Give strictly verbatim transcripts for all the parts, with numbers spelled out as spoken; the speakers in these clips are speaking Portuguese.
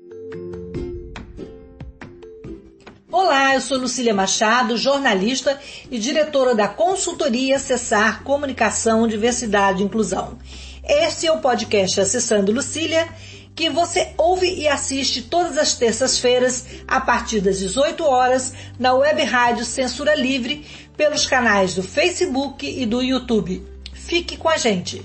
Olá, eu sou Lucília Machado, jornalista e diretora da consultoria Acessar Comunicação, Diversidade e Inclusão. Este é o podcast Acessando Lucília, que você ouve e assiste todas as terças-feiras, a partir das dezoito horas, na web rádio Censura Livre, pelos canais do Facebook e do YouTube. Fique com a gente!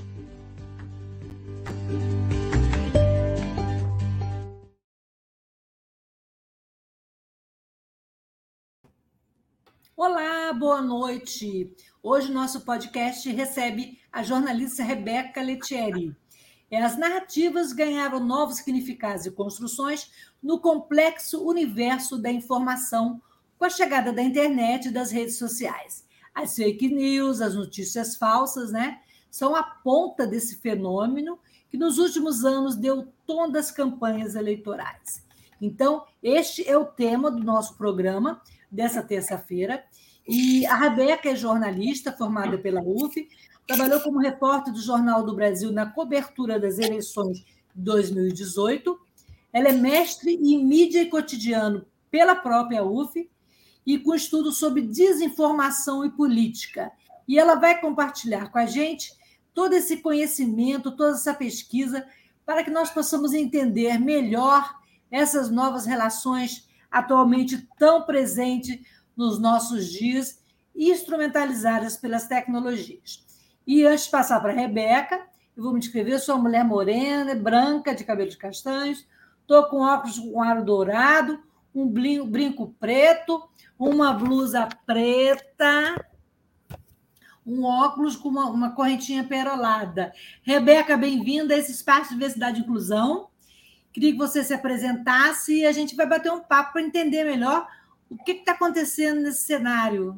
Olá, boa noite! Hoje o nosso podcast recebe a jornalista Rebeca Lettieri. As narrativas ganharam novos significados e construções no complexo universo da informação com a chegada da internet e das redes sociais. As fake news, as notícias falsas, né, são a ponta desse fenômeno que nos últimos anos deu tom das campanhas eleitorais. Então, este é o tema do nosso programa dessa terça-feira. E a Rebeca é jornalista formada pela U F, trabalhou como repórter do Jornal do Brasil na cobertura das eleições de dois mil e dezoito. Ela é mestre em mídia e cotidiano pela própria U F e com estudos sobre desinformação e política. E ela vai compartilhar com a gente todo esse conhecimento, toda essa pesquisa, para que nós possamos entender melhor essas novas relações atualmente tão presentes nos nossos dias e instrumentalizadas pelas tecnologias. E antes de passar para a Rebeca, eu vou me descrever, sou uma mulher morena, branca, de cabelos castanhos, estou com óculos com aro dourado, um brinco preto, uma blusa preta, um óculos com uma, uma correntinha perolada. Rebeca, bem-vinda a esse espaço de diversidade e inclusão. Queria que você se apresentasse e a gente vai bater um papo para entender melhor o que está acontecendo nesse cenário.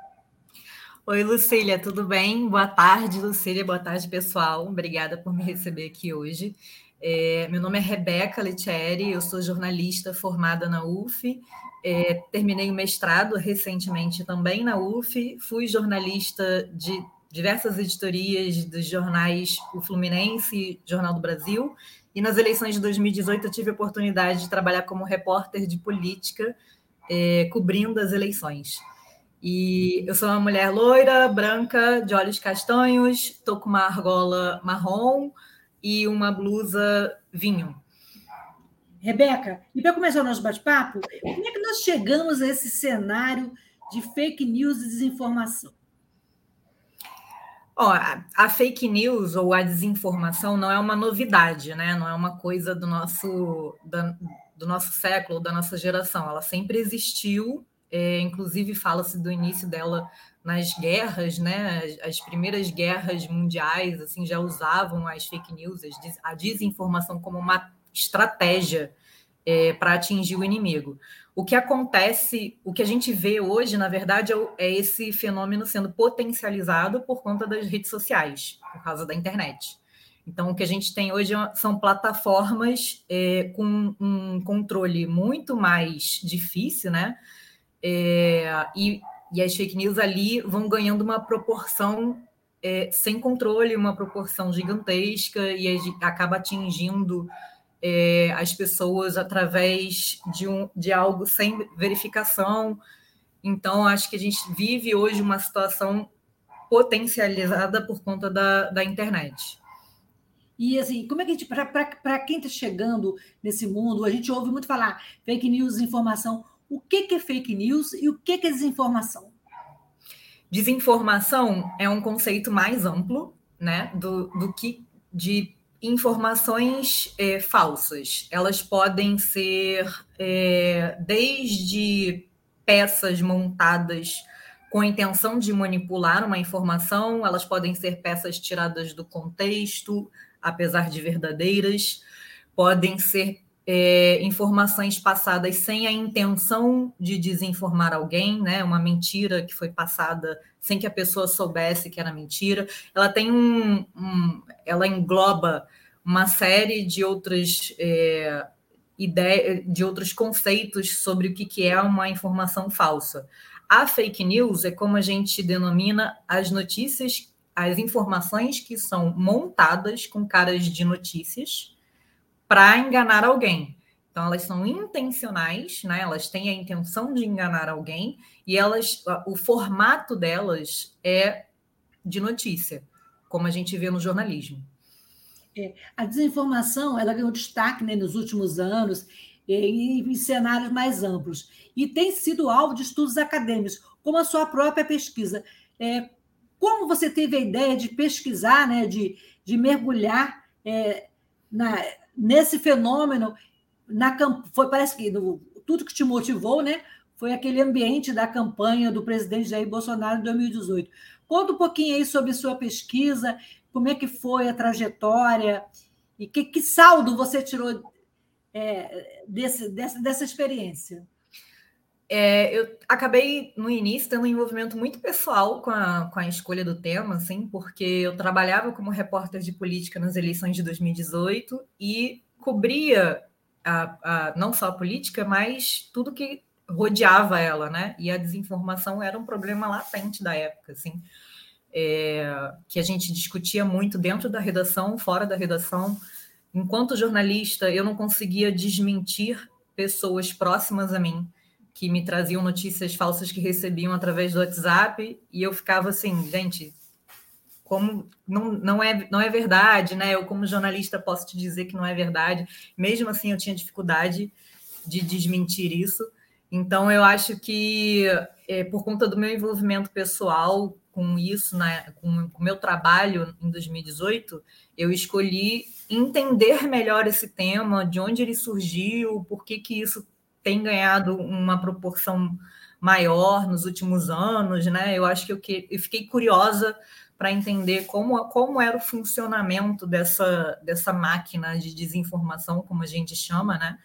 Oi, Lucília, tudo bem? Boa tarde, Lucília, boa tarde, pessoal. Obrigada por me receber aqui hoje. É, meu nome é Rebeca Lettieri, eu sou jornalista formada na U F, é, terminei o mestrado recentemente também na U F, fui jornalista de diversas editorias dos jornais O Fluminense e Jornal do Brasil, e nas eleições de dois mil e dezoito eu tive a oportunidade de trabalhar como repórter de política, é, cobrindo as eleições. E eu sou uma mulher loira, branca, de olhos castanhos, estou com uma argola marrom e uma blusa vinho. Rebeca, e para começar o nosso bate-papo, como é que nós chegamos a esse cenário de fake news e desinformação? Ó, a fake news ou a desinformação não é uma novidade, né? Não é uma coisa do nosso, da, do nosso século, da nossa geração. Ela sempre existiu, é, inclusive fala-se do início dela nas guerras, né? As, as primeiras guerras mundiais assim, já usavam as fake news, a desinformação como uma estratégia é, para atingir o inimigo. O que acontece, o que a gente vê hoje, na verdade, é esse fenômeno sendo potencializado por conta das redes sociais, por causa da internet. Então, o que a gente tem hoje são plataformas é, com um controle muito mais difícil, né? É, e, e as fake news ali vão ganhando uma proporção é, sem controle, uma proporção gigantesca, e acaba atingindo É, as pessoas através de, um, de algo sem verificação. Então, acho que a gente vive hoje uma situação potencializada por conta da, da internet. E, assim, como é que a gente, para quem está chegando nesse mundo, a gente ouve muito falar fake news, desinformação. O que, que é fake news e o que, que é desinformação? Desinformação é um conceito mais amplo, né, do, do que de informações é, falsas. Elas podem ser é, desde peças montadas com a intenção de manipular uma informação, elas podem ser peças tiradas do contexto, apesar de verdadeiras, podem ser é, informações passadas sem a intenção de desinformar alguém, né? Uma mentira que foi passada sem que a pessoa soubesse que era mentira. Ela tem um, um ela engloba uma série de outras é, ideias, de outros conceitos sobre o que, que é uma informação falsa. A fake news é como a gente denomina as notícias, as informações que são montadas com caras de notícias para enganar alguém. Então, elas são intencionais, né? Elas têm a intenção de enganar alguém e elas, o formato delas é de notícia, como a gente vê no jornalismo. É, a desinformação ela ganhou destaque, né, nos últimos anos em, em cenários mais amplos e tem sido alvo de estudos acadêmicos, como a sua própria pesquisa. É, como você teve a ideia de pesquisar, né, de, de mergulhar é, na, nesse fenômeno? Na, foi, parece que no, tudo que te motivou, né, foi aquele ambiente da campanha do presidente Jair Bolsonaro em dois mil e dezoito. Conta um pouquinho aí sobre sua pesquisa, como é que foi a trajetória e que, que saldo você tirou é, desse, dessa, dessa experiência? É, eu acabei, no início, tendo um envolvimento muito pessoal com a, com a escolha do tema, assim, porque eu trabalhava como repórter de política nas eleições de dois mil e dezoito e cobria a, a, não só a política, mas tudo que rodeava ela, né? E a desinformação era um problema latente da época, assim, é, que a gente discutia muito dentro da redação, fora da redação. Enquanto jornalista, eu não conseguia desmentir pessoas próximas a mim que me traziam notícias falsas que recebiam através do WhatsApp, e eu ficava assim, gente, como não, não, é, não é verdade, né? Eu, como jornalista, posso te dizer que não é verdade. Mesmo assim, eu tinha dificuldade de desmentir isso. Então, eu acho que, é, por conta do meu envolvimento pessoal com isso, né, com o meu trabalho em dois mil e dezoito, eu escolhi entender melhor esse tema, de onde ele surgiu, por que, que isso tem ganhado uma proporção maior nos últimos anos, né? Eu acho que eu, que, eu fiquei curiosa para entender como, como era o funcionamento dessa, dessa máquina de desinformação, como a gente chama, né?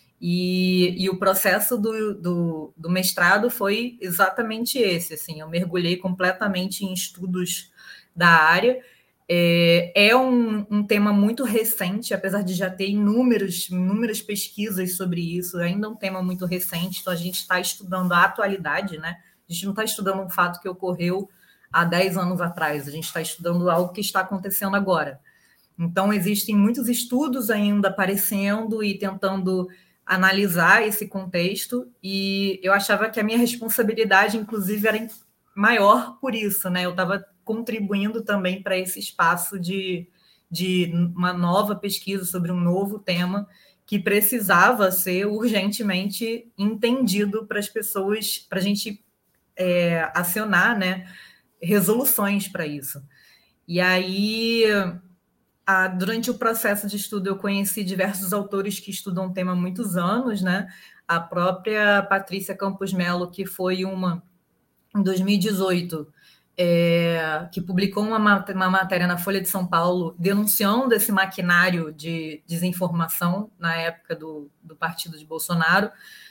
E, e o processo do, do, do mestrado foi exatamente esse, assim, eu mergulhei completamente em estudos da área. É, é um, um tema muito recente, apesar de já ter inúmeros, inúmeras pesquisas sobre isso, ainda é um tema muito recente, então a gente está estudando a atualidade, né? A gente não está estudando um fato que ocorreu há dez anos atrás, a gente está estudando algo que está acontecendo agora. Então, existem muitos estudos ainda aparecendo e tentando analisar esse contexto, e eu achava que a minha responsabilidade, inclusive, era maior por isso, né? Eu estava contribuindo também para esse espaço de, de uma nova pesquisa sobre um novo tema que precisava ser urgentemente entendido para as pessoas, para a gente é, acionar, né, resoluções para isso. E aí, a, durante o processo de estudo, eu conheci diversos autores que estudam o tema há muitos anos, né? A própria Patrícia Campos Mello, que foi uma, em dois mil e dezoito, é, que publicou uma, uma matéria na Folha de São Paulo denunciando esse maquinário de desinformação na época do, do partido de Bolsonaro.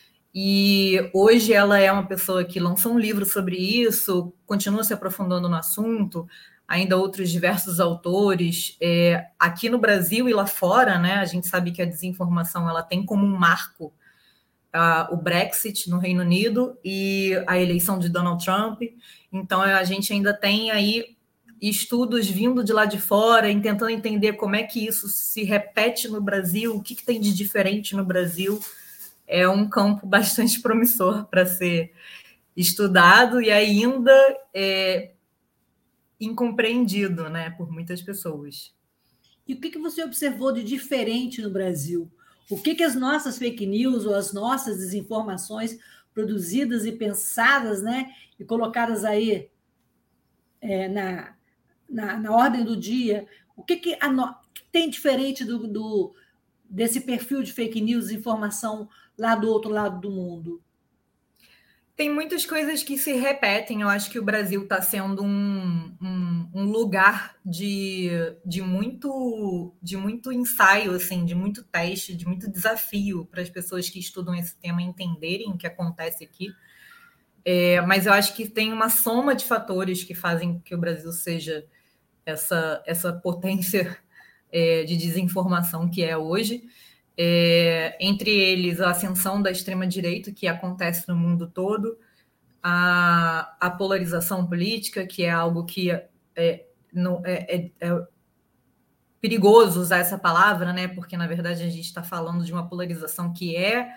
E hoje ela é uma pessoa que lançou um livro sobre isso, continua se aprofundando no assunto, ainda outros diversos autores. É, aqui no Brasil e lá fora, né, a gente sabe que a desinformação ela tem como um marco uh, o Brexit no Reino Unido e a eleição de Donald Trump. Então, a gente ainda tem aí estudos vindo de lá de fora, e tentando entender como é que isso se repete no Brasil, o que, que tem de diferente no Brasil. É um campo bastante promissor para ser estudado e ainda é, incompreendido, né, por muitas pessoas. E o que, que você observou de diferente no Brasil? O que, que as nossas fake news ou as nossas desinformações produzidas e pensadas, né, e colocadas aí é, na, na, na ordem do dia, o que, que, a no, que tem diferente do, do, desse perfil de fake news e informação lá do outro lado do mundo? Tem muitas coisas que se repetem. Eu acho que o Brasil está sendo um, um, um lugar de, de, muito, de muito ensaio, assim, de muito teste, de muito desafio para as pessoas que estudam esse tema entenderem o que acontece aqui. É, mas eu acho que tem uma soma de fatores que fazem que o Brasil seja essa, essa potência é, de desinformação que é hoje. É, entre eles, a ascensão da extrema-direita, que acontece no mundo todo, a, a polarização política, que é algo que é, não, é, é, perigoso usar essa palavra, né? Porque, na verdade, a gente está falando de uma polarização que é,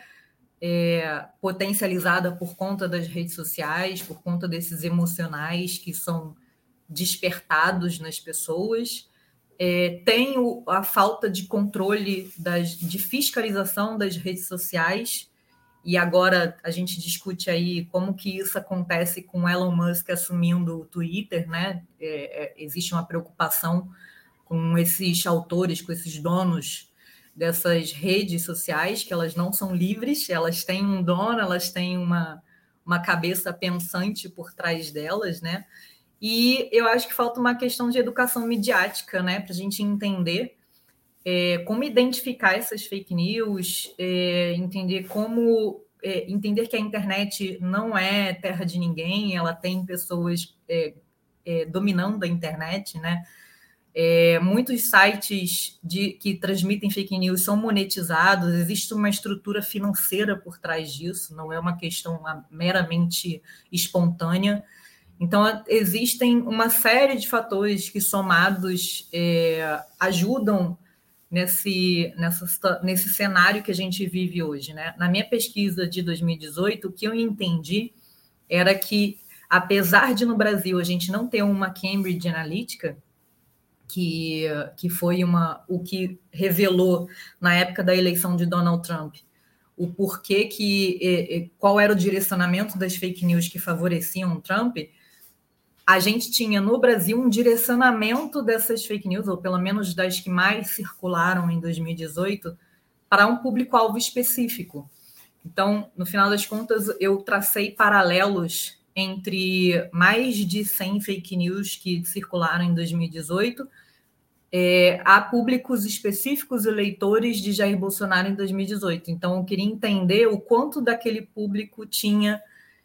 é potencializada por conta das redes sociais, por conta desses emocionais que são despertados nas pessoas. É, tem o, a falta de controle, das, de fiscalização das redes sociais, e agora a gente discute aí como que isso acontece com Elon Musk assumindo o Twitter, né? É, é, existe uma preocupação com esses autores, com esses donos dessas redes sociais, que elas não são livres, elas têm um dono, elas têm uma, uma cabeça pensante por trás delas, né? E eu acho que falta uma questão de educação midiática, né, para a gente entender é, como identificar essas fake news, é, entender como é, entender que a internet não é terra de ninguém, ela tem pessoas é, é, dominando a internet, né? É, muitos sites de, que transmitem fake news são monetizados, existe uma estrutura financeira por trás disso, não é uma questão meramente espontânea. Então, existem uma série de fatores que, somados, é, ajudam nesse, nessa, nesse cenário que a gente vive hoje, né? Na minha pesquisa de dois mil e dezoito, o que eu entendi era que, apesar de no Brasil a gente não ter uma Cambridge Analytica, que, que foi uma, o que revelou, na época da eleição de Donald Trump, o porquê que, qual era o direcionamento das fake news que favoreciam o Trump, a gente tinha no Brasil um direcionamento dessas fake news, ou pelo menos das que mais circularam em dois mil e dezoito, para um público-alvo específico. Então, no final das contas, eu tracei paralelos entre mais de cem fake news que circularam em dois mil e dezoito é, a públicos específicos e leitores de Jair Bolsonaro em dois mil e dezoito. Então, eu queria entender o quanto daquele público tinha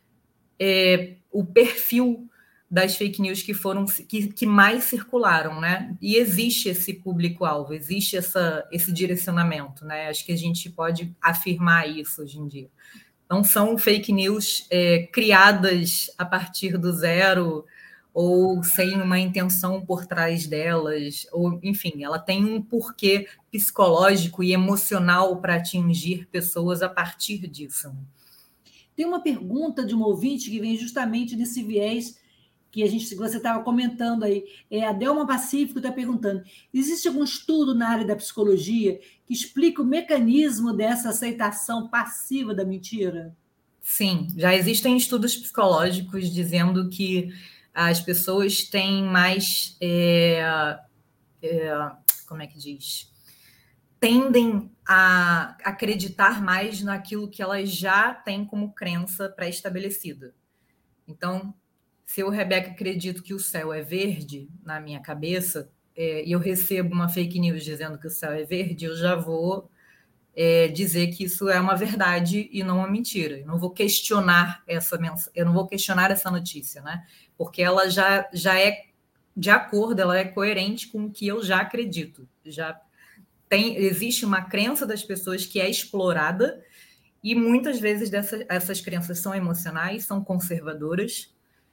é, o perfil das fake news que foram que, que mais circularam, né? E existe esse público-alvo, existe essa, esse direcionamento, né? Acho que a gente pode afirmar isso hoje em dia. Não são fake news é, criadas a partir do zero ou sem uma intenção por trás delas, ou enfim, ela tem um porquê psicológico e emocional para atingir pessoas a partir disso. Tem uma pergunta de um ouvinte que vem justamente nesse viés que a gente, você estava comentando aí, é, a Delma Pacífico está perguntando, existe algum estudo na área da psicologia que explica o mecanismo dessa aceitação passiva da mentira? Sim, já existem estudos psicológicos dizendo que as pessoas têm mais, é, é, como é que diz? Tendem a acreditar mais naquilo que elas já têm como crença pré-estabelecida. Então, se eu, Rebeca, acredito que o céu é verde na minha cabeça, é, e eu recebo uma fake news dizendo que o céu é verde, eu já vou é, dizer que isso é uma verdade e não uma mentira. Eu não vou questionar essa mens- eu não vou questionar essa notícia, né? Porque ela já, já é de acordo, ela é coerente com o que eu já acredito. Já tem, existe uma crença das pessoas que é explorada, e muitas vezes dessas, essas crenças são emocionais, são conservadoras,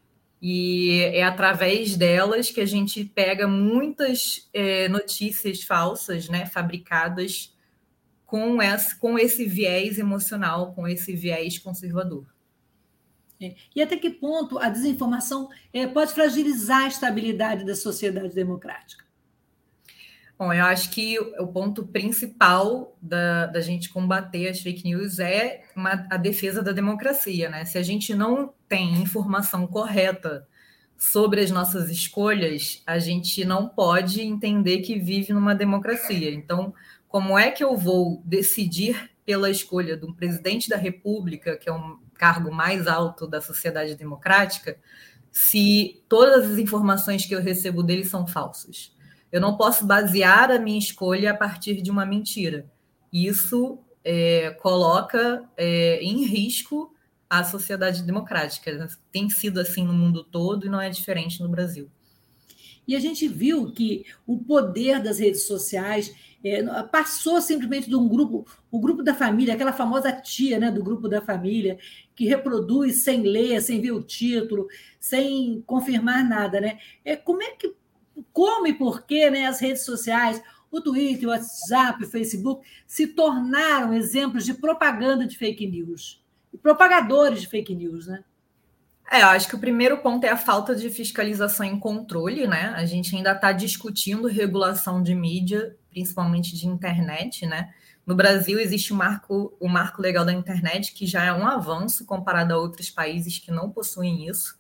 e é através delas que a gente pega muitas é, notícias falsas, né, fabricadas com esse, com esse viés emocional, com esse viés conservador. É. E até que ponto a desinformação é, pode fragilizar a estabilidade da sociedade democrática? Bom, eu acho que o ponto principal da, da gente combater as fake news é uma, a defesa da democracia, né? Se a gente não tem informação correta sobre as nossas escolhas, a gente não pode entender que vive numa democracia. Então, como é que eu vou decidir pela escolha de um presidente da República, que é um cargo mais alto da sociedade democrática, se todas as informações que eu recebo dele são falsas? Eu não posso basear a minha escolha a partir de uma mentira. Isso é, coloca é, em risco a sociedade democrática. Tem sido assim no mundo todo e não é diferente no Brasil. E a gente viu que o poder das redes sociais é, passou simplesmente de um grupo, o grupo da família, aquela famosa tia, né, do grupo da família, que reproduz sem ler, sem ver o título, sem confirmar nada, né? É, como é que como e por que, né, as redes sociais, o Twitter, o WhatsApp, o Facebook, se tornaram exemplos de propaganda de fake news, propagadores de fake news, né? É, eu acho que o primeiro ponto é a falta de fiscalização e controle, né? A gente ainda está discutindo regulação de mídia, principalmente de internet, né? No Brasil existe o marco, o marco legal da internet, que já é um avanço comparado a outros países que não possuem isso.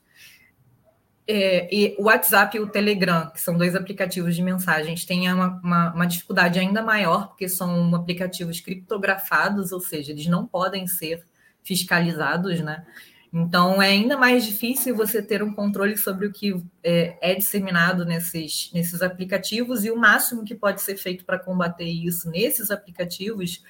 É, e o WhatsApp e o Telegram, que são dois aplicativos de mensagens, têm uma, uma, uma dificuldade ainda maior, porque são aplicativos criptografados, ou seja, eles não podem ser fiscalizados, né? Então, é ainda mais difícil você ter um controle sobre o que é, é disseminado nesses, nesses aplicativos, e o máximo que pode ser feito para combater isso nesses aplicativos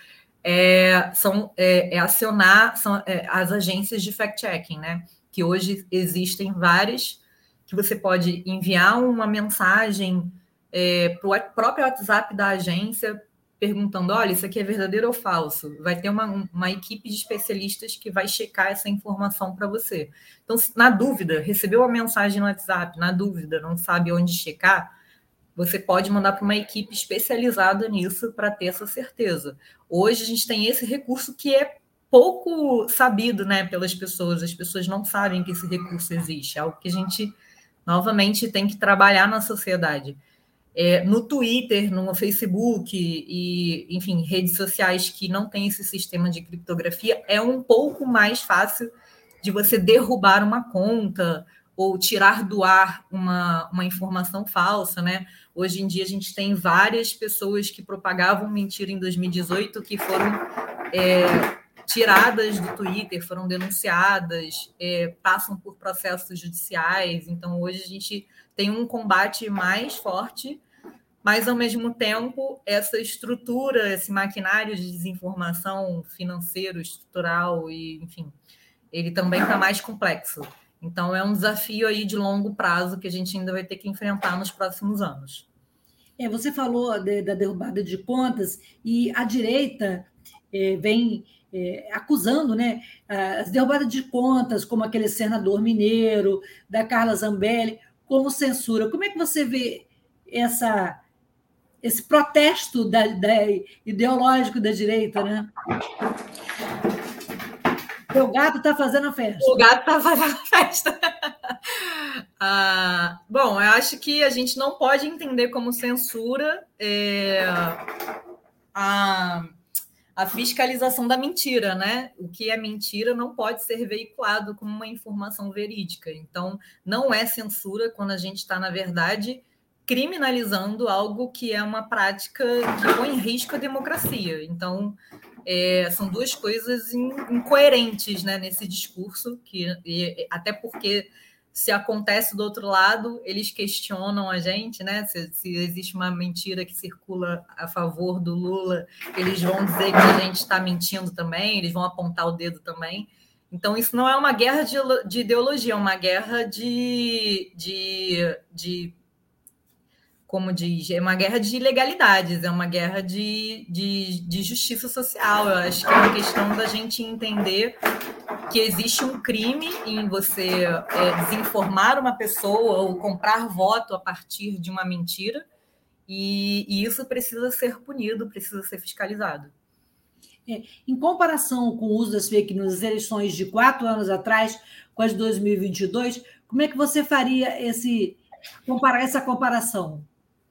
é, são, é, é acionar são, é, as agências de fact-checking, né? Que hoje existem várias, que você pode enviar uma mensagem é, para o próprio WhatsApp da agência, perguntando, olha, isso aqui é verdadeiro ou falso? Vai ter uma, uma equipe de especialistas que vai checar essa informação para você. Então, na dúvida, recebeu uma mensagem no WhatsApp, na dúvida, não sabe onde checar, você pode mandar para uma equipe especializada nisso para ter essa certeza. Hoje a gente tem esse recurso que é pouco sabido, né, pelas pessoas. As pessoas não sabem que esse recurso existe. É algo que a gente, novamente, tem que trabalhar na sociedade. É, no Twitter, no Facebook e, enfim, redes sociais que não têm esse sistema de criptografia, é um pouco mais fácil de você derrubar uma conta ou tirar do ar uma, uma informação falsa, né? Hoje em dia a gente tem várias pessoas que propagavam mentira em dois mil e dezoito que foram é, tiradas do Twitter, foram denunciadas, é, passam por processos judiciais. Então, hoje a gente tem um combate mais forte, mas, ao mesmo tempo, essa estrutura, esse maquinário de desinformação financeiro, estrutural, e, enfim, ele também está mais complexo. Então, é um desafio aí de longo prazo que a gente ainda vai ter que enfrentar nos próximos anos. É, você falou de, da derrubada de contas, e a direita é, vem é, acusando, né, as derrubadas de contas, como aquele senador mineiro, da Carla Zambelli, como censura. Como é que você vê essa, esse protesto da, da, ideológico da direita, né? O gato está fazendo a festa. O gato está fazendo a festa. ah, bom, eu acho que a gente não pode entender como censura é, a, a fiscalização da mentira, né? O que é mentira não pode ser veiculado como uma informação verídica. Então, não é censura quando a gente está, na verdade, criminalizando algo que é uma prática que põe em risco a democracia. Então, é, são duas coisas incoerentes, né, nesse discurso, que, e, até porque se acontece do outro lado, eles questionam a gente, né? Se, se existe uma mentira que circula a favor do Lula, eles vão dizer que a gente está mentindo também, eles vão apontar o dedo também. Então, isso não é uma guerra de, de ideologia, é uma guerra de, de, de como diz, é uma guerra de ilegalidades, é uma guerra de, de, de justiça social. Eu acho que é uma questão da gente entender que existe um crime em você é, desinformar uma pessoa ou comprar voto a partir de uma mentira, e, e isso precisa ser punido, precisa ser fiscalizado. É, em comparação com o uso das fake news nas eleições de quatro anos atrás, com as de dois mil e vinte e dois, como é que você faria esse, comparar essa comparação?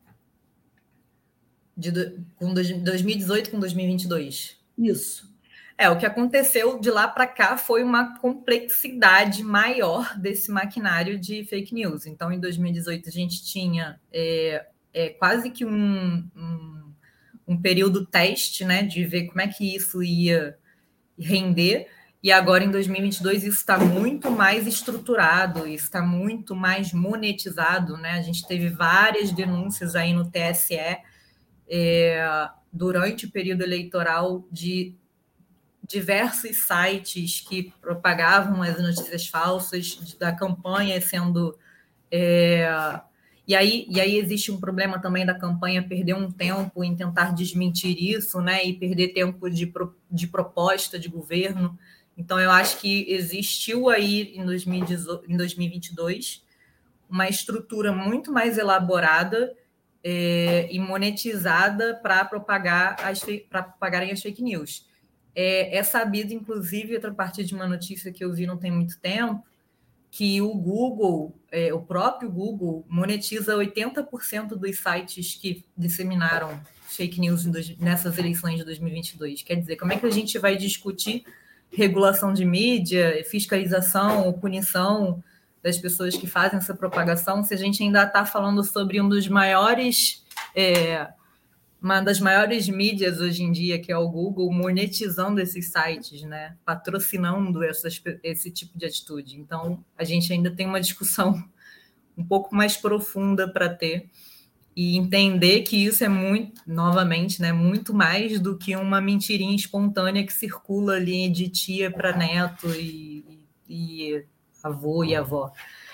De, com dois mil e dezoito com dois mil e vinte e dois? Isso. É, o que aconteceu de lá para cá foi uma complexidade maior desse maquinário de fake news. Então, em dois mil e dezoito, a gente tinha é, é, quase que um, um, um período teste, né, de ver como é que isso ia render. E agora, em dois mil e vinte e dois, isso está muito mais estruturado, isso está muito mais monetizado, né? A gente teve várias denúncias aí no T S E é, durante o período eleitoral de diversos sites que propagavam as notícias falsas da campanha sendo... É, e, aí, e aí existe um problema também da campanha perder um tempo em tentar desmentir isso, né, e perder tempo de, pro, de proposta de governo. Então, eu acho que existiu aí em, dois mil e dezoito, em dois mil e vinte e dois uma estrutura muito mais elaborada é, e monetizada para propagar as para propagarem as fake news. É, é sabido, inclusive, a partir de uma notícia que eu vi não tem muito tempo, que o Google, é, o próprio Google, monetiza oitenta por cento dos sites que disseminaram fake news nessas eleições de dois mil e vinte e dois. Quer dizer, como é que a gente vai discutir regulação de mídia, fiscalização ou punição das pessoas que fazem essa propagação se a gente ainda está falando sobre um dos maiores... É, uma das maiores mídias hoje em dia, que é o Google, monetizando esses sites, né? Patrocinando essas, esse tipo de atitude. Então, a gente ainda tem uma discussão um pouco mais profunda para ter e entender que isso é muito, novamente, né, muito mais do que uma mentirinha espontânea que circula ali de tia para neto e, e, e avô e avó.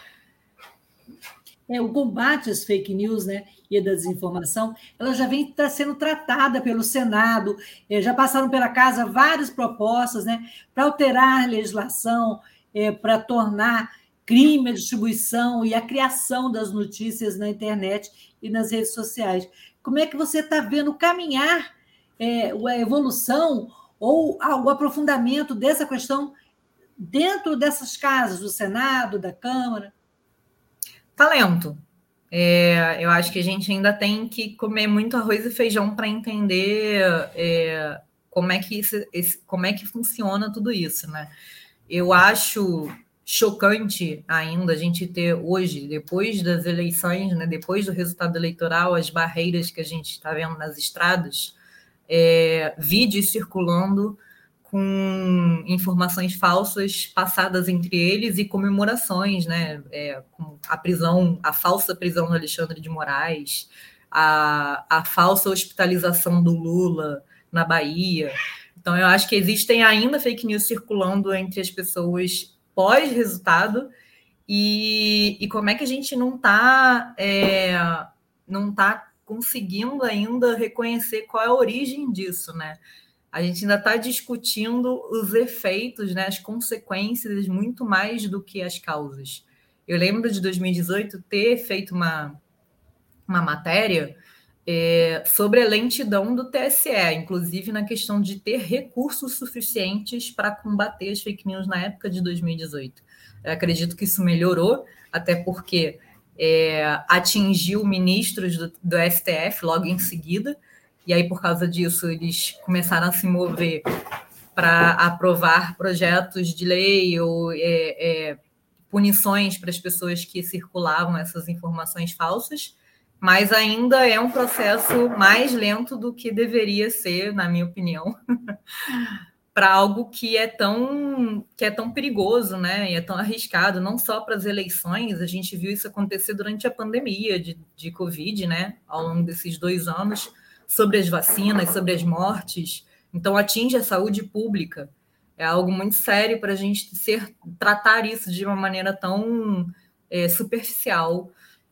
É, o combate às fake news, né, e a desinformação, ela já vem tá sendo tratada pelo Senado, é, já passaram pela casa várias propostas, né, para alterar a legislação, é, para tornar crime a distribuição e a criação das notícias na internet e nas redes sociais. Como é que você está vendo caminhar é, a evolução ou o aprofundamento dessa questão dentro dessas casas, do Senado, da Câmara? Talento. É, eu acho que a gente ainda tem que comer muito arroz e feijão para entender é, como, é que esse, esse, como é que funciona tudo isso, né? Eu acho chocante ainda a gente ter hoje, depois das eleições, né, depois do resultado eleitoral, as barreiras que a gente está vendo nas estradas, é, vídeos circulando com informações falsas passadas entre eles e comemorações, né? É, com a prisão, a falsa prisão do Alexandre de Moraes, a, a falsa hospitalização do Lula na Bahia. Então, eu acho que existem ainda fake news circulando entre as pessoas pós-resultado e, e como é que a gente não está é, não tá conseguindo ainda reconhecer qual é a origem disso, né? A gente ainda está discutindo os efeitos, né, as consequências, muito mais do que as causas. Eu lembro de dois mil e dezoito ter feito uma, uma matéria é, sobre a lentidão do T S E, inclusive na questão de ter recursos suficientes para combater as fake news na época de dois mil e dezoito. Eu acredito que isso melhorou, até porque é, atingiu ministros do, do S T F logo em seguida, e aí, por causa disso, eles começaram a se mover para aprovar projetos de lei ou é, é, punições para as pessoas que circulavam essas informações falsas, mas ainda é um processo mais lento do que deveria ser, na minha opinião, para algo que é tão que é tão perigoso, né? E é tão arriscado, não só para as eleições. A gente viu isso acontecer durante a pandemia de, de Covid, né? Ao longo desses dois anos, sobre as vacinas, sobre as mortes. Então, atinge a saúde pública. É algo muito sério para a gente ser, tratar isso de uma maneira tão é, superficial.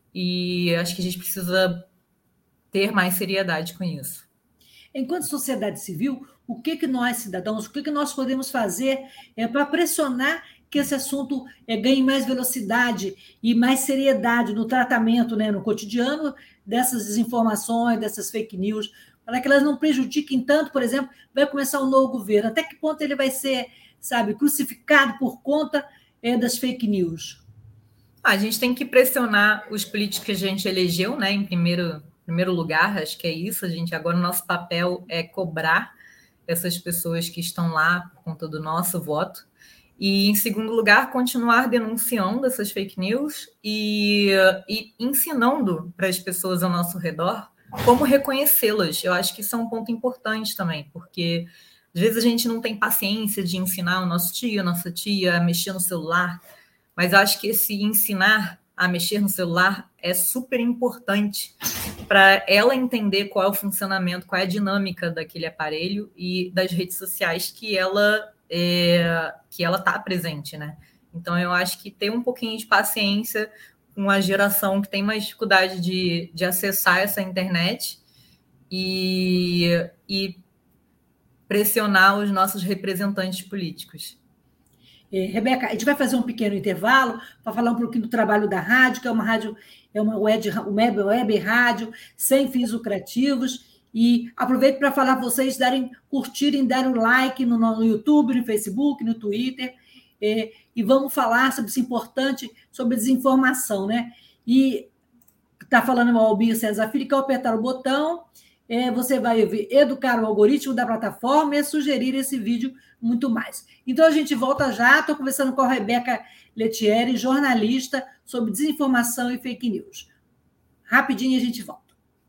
E acho que a gente precisa ter mais seriedade com isso. Enquanto sociedade civil, o que, que nós, cidadãos, o que, que nós podemos fazer é, para pressionar que esse assunto é, ganhe mais velocidade e mais seriedade no tratamento, né, no cotidiano dessas desinformações, dessas fake news, para que elas não prejudiquem tanto, por exemplo, vai começar um novo governo, até que ponto ele vai ser, sabe, crucificado por conta é, das fake news? A gente tem que pressionar os políticos que a gente elegeu, né, em primeiro, primeiro lugar, acho que é isso. A gente agora, o nosso papel é cobrar essas pessoas que estão lá por conta do nosso voto. E, em segundo lugar, continuar denunciando essas fake news e, e ensinando para as pessoas ao nosso redor como reconhecê-las. Eu acho que isso é um ponto importante também, porque às vezes a gente não tem paciência de ensinar o nosso tio, a nossa tia a mexer no celular, mas eu acho que esse ensinar a mexer no celular é super importante para ela entender qual é o funcionamento, qual é a dinâmica daquele aparelho e das redes sociais que ela é, que ela está presente, né? Então, eu acho que ter um pouquinho de paciência com a geração que tem mais dificuldade de, de acessar essa internet e, e pressionar os nossos representantes políticos. É, Rebeca, a gente vai fazer um pequeno intervalo para falar um pouquinho do trabalho da rádio, que é uma rádio, é uma web, web, web rádio sem fins lucrativos. E aproveito para falar para vocês darem, curtirem, darem um like no, no YouTube, no Facebook, no Twitter. É, e vamos falar sobre isso importante, sobre desinformação, né? E está falando o Albir César Filho, que ao apertar o botão, é, você vai ver, educar o algoritmo da plataforma e sugerir esse vídeo muito mais. Então, a gente volta já. Estou conversando com a Rebeca Lettieri, jornalista, sobre desinformação e fake news. Rapidinho a gente volta.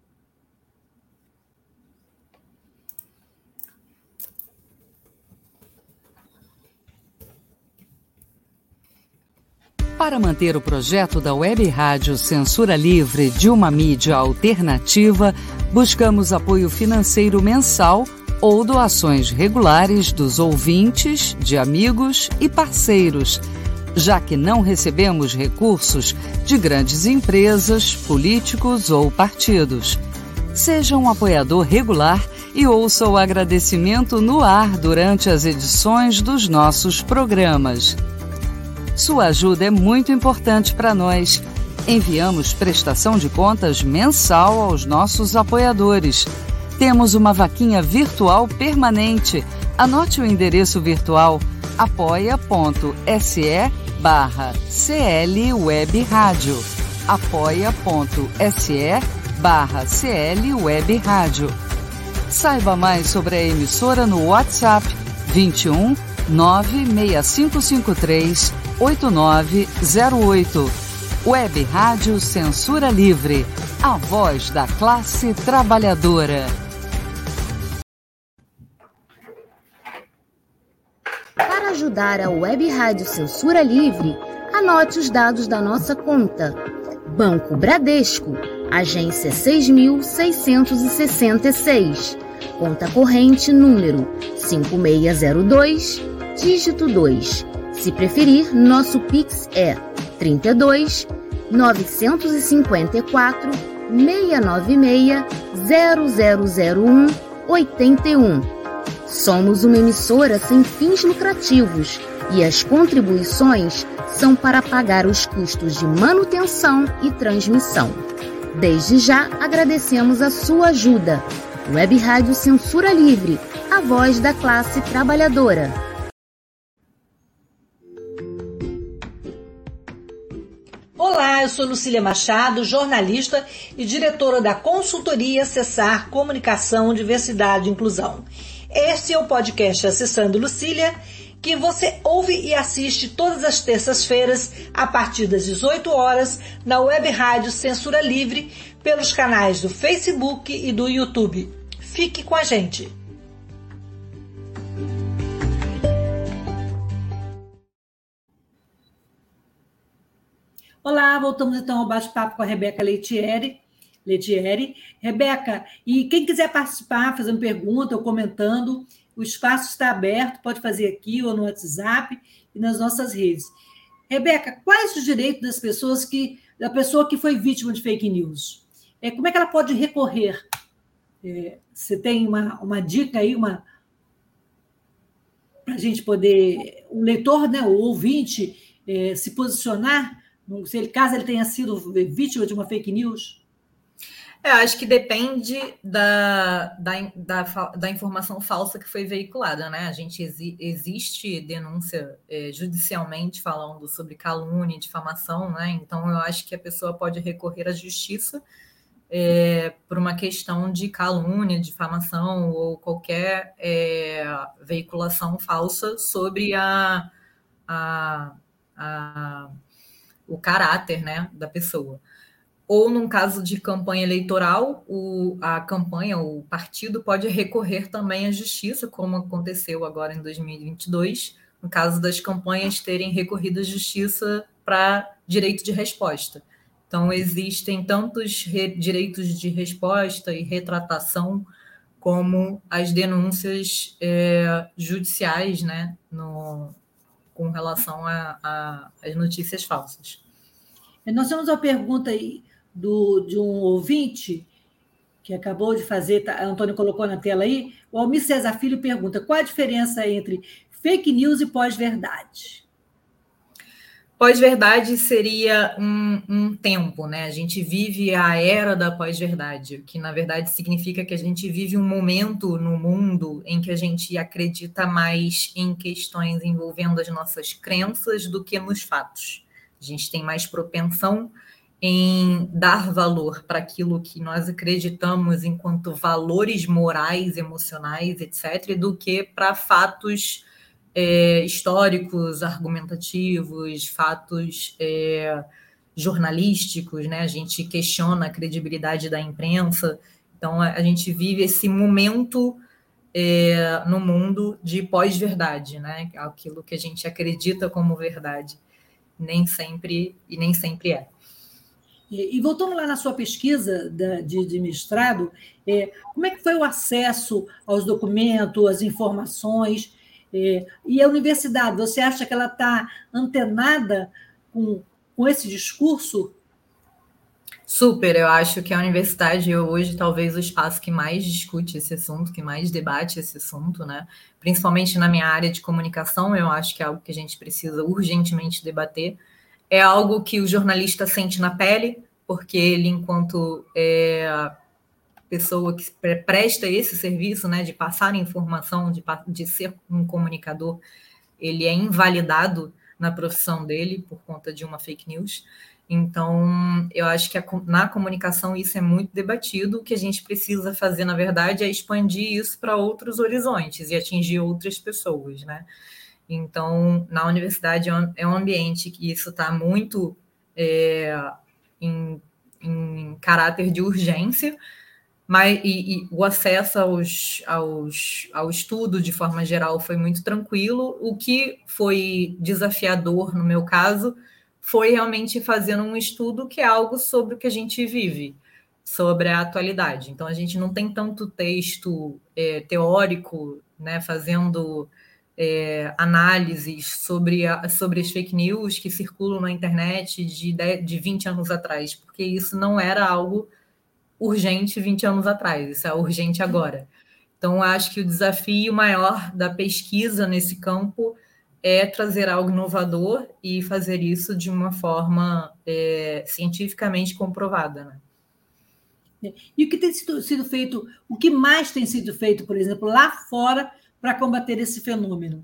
Para manter o projeto da Web Rádio Censura Livre de uma mídia alternativa, buscamos apoio financeiro mensal ou doações regulares dos ouvintes, de amigos e parceiros, já que não recebemos recursos de grandes empresas, políticos ou partidos. Seja um apoiador regular e ouça o agradecimento no ar durante as edições dos nossos programas. Sua ajuda é muito importante para nós. Enviamos prestação de contas mensal aos nossos apoiadores. Temos uma vaquinha virtual permanente. Anote o endereço virtual apoia.se barra CL Web Rádio. apoia.se barra CL Web Rádio. Saiba mais sobre a emissora no WhatsApp vinte e um, nove seis cinco cinco três, oito nove zero oito. Web Rádio Censura Livre, a voz da classe trabalhadora. Para ajudar a Web Rádio Censura Livre, anote os dados da nossa conta. Banco Bradesco, agência seis mil seiscentos e sessenta e seis, conta corrente número cinco seis zero dois, dígito dois. Se preferir, nosso Pix é trinta e dois, novecentos e cinquenta e quatro, seiscentos e noventa e seis, zero zero zero um, oitenta e um. Somos uma emissora sem fins lucrativos e as contribuições são para pagar os custos de manutenção e transmissão. Desde já agradecemos a sua ajuda. Web Rádio Censura Livre, a voz da classe trabalhadora. Olá, eu sou Lucília Machado, jornalista e diretora da consultoria Cessar Comunicação, Diversidade e Inclusão. Este é o podcast Acessando Lucília, que você ouve e assiste todas as terças-feiras, a partir das dezoito horas, na Web Rádio Censura Livre, pelos canais do Facebook e do YouTube. Fique com a gente! Olá, voltamos então ao bate-papo com a Rebeca Lettieri. Lettieri. Rebeca, e quem quiser participar, fazendo pergunta ou comentando, o espaço está aberto, pode fazer aqui ou no WhatsApp e nas nossas redes. Rebeca, quais os direitos das pessoas que, da pessoa que foi vítima de fake news? É, como é que ela pode recorrer? É, você tem uma, uma dica aí, uma para a gente poder, o leitor, né, o ouvinte, é, se posicionar, se ele, caso ele tenha sido vítima de uma fake news? Eu acho que depende da, da, da, da informação falsa que foi veiculada, né? A gente exi, existe denúncia é, judicialmente falando sobre calúnia e difamação, né? Então eu acho que a pessoa pode recorrer à justiça é, por uma questão de calúnia, difamação ou qualquer é, veiculação falsa sobre a, a, a, o caráter, né, da pessoa. Ou, num caso de campanha eleitoral, o, a campanha, o partido pode recorrer também à justiça, como aconteceu agora em dois mil e vinte e dois, no caso das campanhas terem recorrido à justiça para direito de resposta. Então, existem tantos re, direitos de resposta e retratação, como as denúncias é, judiciais, né, no, com relação às notícias falsas. Nós temos uma pergunta aí do, de um ouvinte que acabou de fazer, tá, a Antônio colocou na tela aí, o Almir César Filho pergunta: qual a diferença entre fake news e pós-verdade? Pós-verdade seria um, um tempo, né? A gente vive a era da pós-verdade, que na verdade significa que a gente vive um momento no mundo em que a gente acredita mais em questões envolvendo as nossas crenças do que nos fatos. A gente tem mais propensão em dar valor para aquilo que nós acreditamos enquanto valores morais, emocionais, etcétera, do que para fatos É, históricos, argumentativos, fatos é, jornalísticos, né? A gente questiona a credibilidade da imprensa. Então, a, a gente vive esse momento é, no mundo de pós-verdade, né? Aquilo que a gente acredita como verdade, nem sempre e nem sempre é. E, e voltando lá na sua pesquisa da, de, de mestrado, é, como é que foi o acesso aos documentos, às informações? É, e a universidade, você acha que ela está antenada com, com esse discurso? Super, eu acho que a universidade é hoje talvez o espaço que mais discute esse assunto, que mais debate esse assunto, né? Principalmente na minha área de comunicação, eu acho que é algo que a gente precisa urgentemente debater. É algo que o jornalista sente na pele, porque ele, enquanto é, pessoa que presta esse serviço, né, de passar informação, de, de ser um comunicador, ele é invalidado na profissão dele por conta de uma fake news. Então, eu acho que a, na comunicação isso é muito debatido. O que a gente precisa fazer, na verdade, é expandir isso para outros horizontes e atingir outras pessoas, né? Então, na universidade é um ambiente que isso está muito é, em, em caráter de urgência, mas e, e o acesso aos, aos, ao estudo, de forma geral, foi muito tranquilo. O que foi desafiador, no meu caso, foi realmente fazendo um estudo que é algo sobre o que a gente vive, sobre a atualidade. Então, a gente não tem tanto texto é, teórico, né, fazendo é, análises sobre, a, sobre as fake news que circulam na internet de, de vinte anos atrás, porque isso não era algo urgente vinte anos atrás, isso é urgente agora. Então, acho que o desafio maior da pesquisa nesse campo é trazer algo inovador e fazer isso de uma forma é, cientificamente comprovada, né? E o que tem sido, sido feito, o que mais tem sido feito, por exemplo, lá fora, para combater esse fenômeno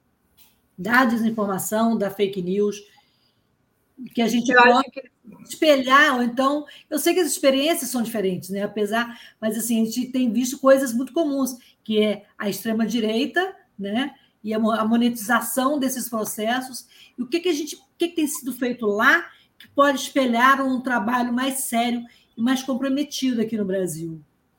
da desinformação, da fake news, que a gente eu pode que... espelhar, ou então, eu sei que as experiências são diferentes, né? Apesar, mas assim, a gente tem visto coisas muito comuns, que é a extrema-direita, né? E a monetização desses processos. E o que, que a gente, o que, que tem sido feito lá que pode espelhar um trabalho mais sério e mais comprometido aqui no Brasil?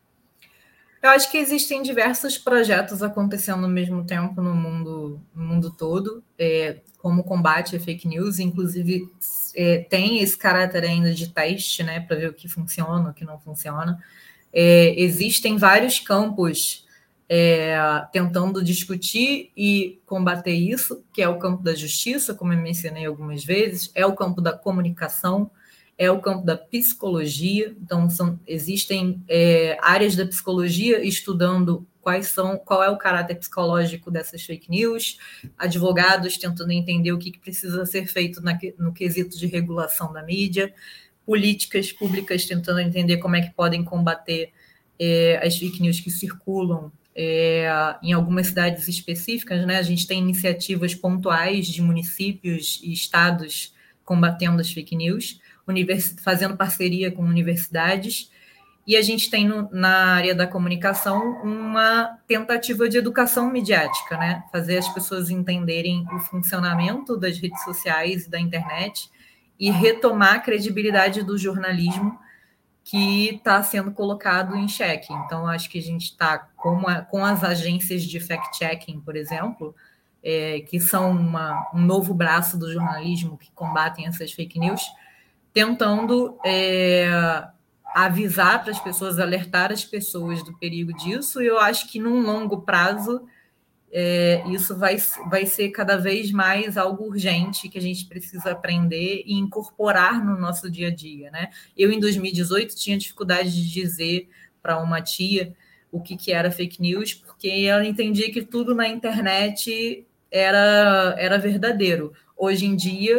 Eu acho que existem diversos projetos acontecendo ao mesmo tempo no mundo, no mundo todo, é, como combate a fake news, inclusive é, tem esse caráter ainda de teste, né, para ver o que funciona, o que não funciona. É, existem vários campos é, tentando discutir e combater isso, que é o campo da justiça, como eu mencionei algumas vezes, é o campo da comunicação, é o campo da psicologia. Então, são, existem é, áreas da psicologia estudando quais são, qual é o caráter psicológico dessas fake news, advogados tentando entender o que, que precisa ser feito na, no quesito de regulação da mídia, políticas públicas tentando entender como é que podem combater é, as fake news que circulam é, em algumas cidades específicas, né? A gente tem iniciativas pontuais de municípios e estados combatendo as fake news, univers... fazendo parceria com universidades, e a gente tem no, na área da comunicação uma tentativa de educação midiática, né? Fazer as pessoas entenderem o funcionamento das redes sociais e da internet e retomar a credibilidade do jornalismo que está sendo colocado em xeque. Então, acho que a gente está com, com as agências de fact-checking, por exemplo, é, que são uma, um novo braço do jornalismo que combatem essas fake news, tentando é, avisar para as pessoas, alertar as pessoas do perigo disso, e eu acho que num longo prazo é, isso vai, vai ser cada vez mais algo urgente que a gente precisa aprender e incorporar no nosso dia a dia, né? Eu, em dois mil e dezoito, tinha dificuldade de dizer para uma tia o que, que era fake news, porque ela entendia que tudo na internet era, era verdadeiro. Hoje em dia,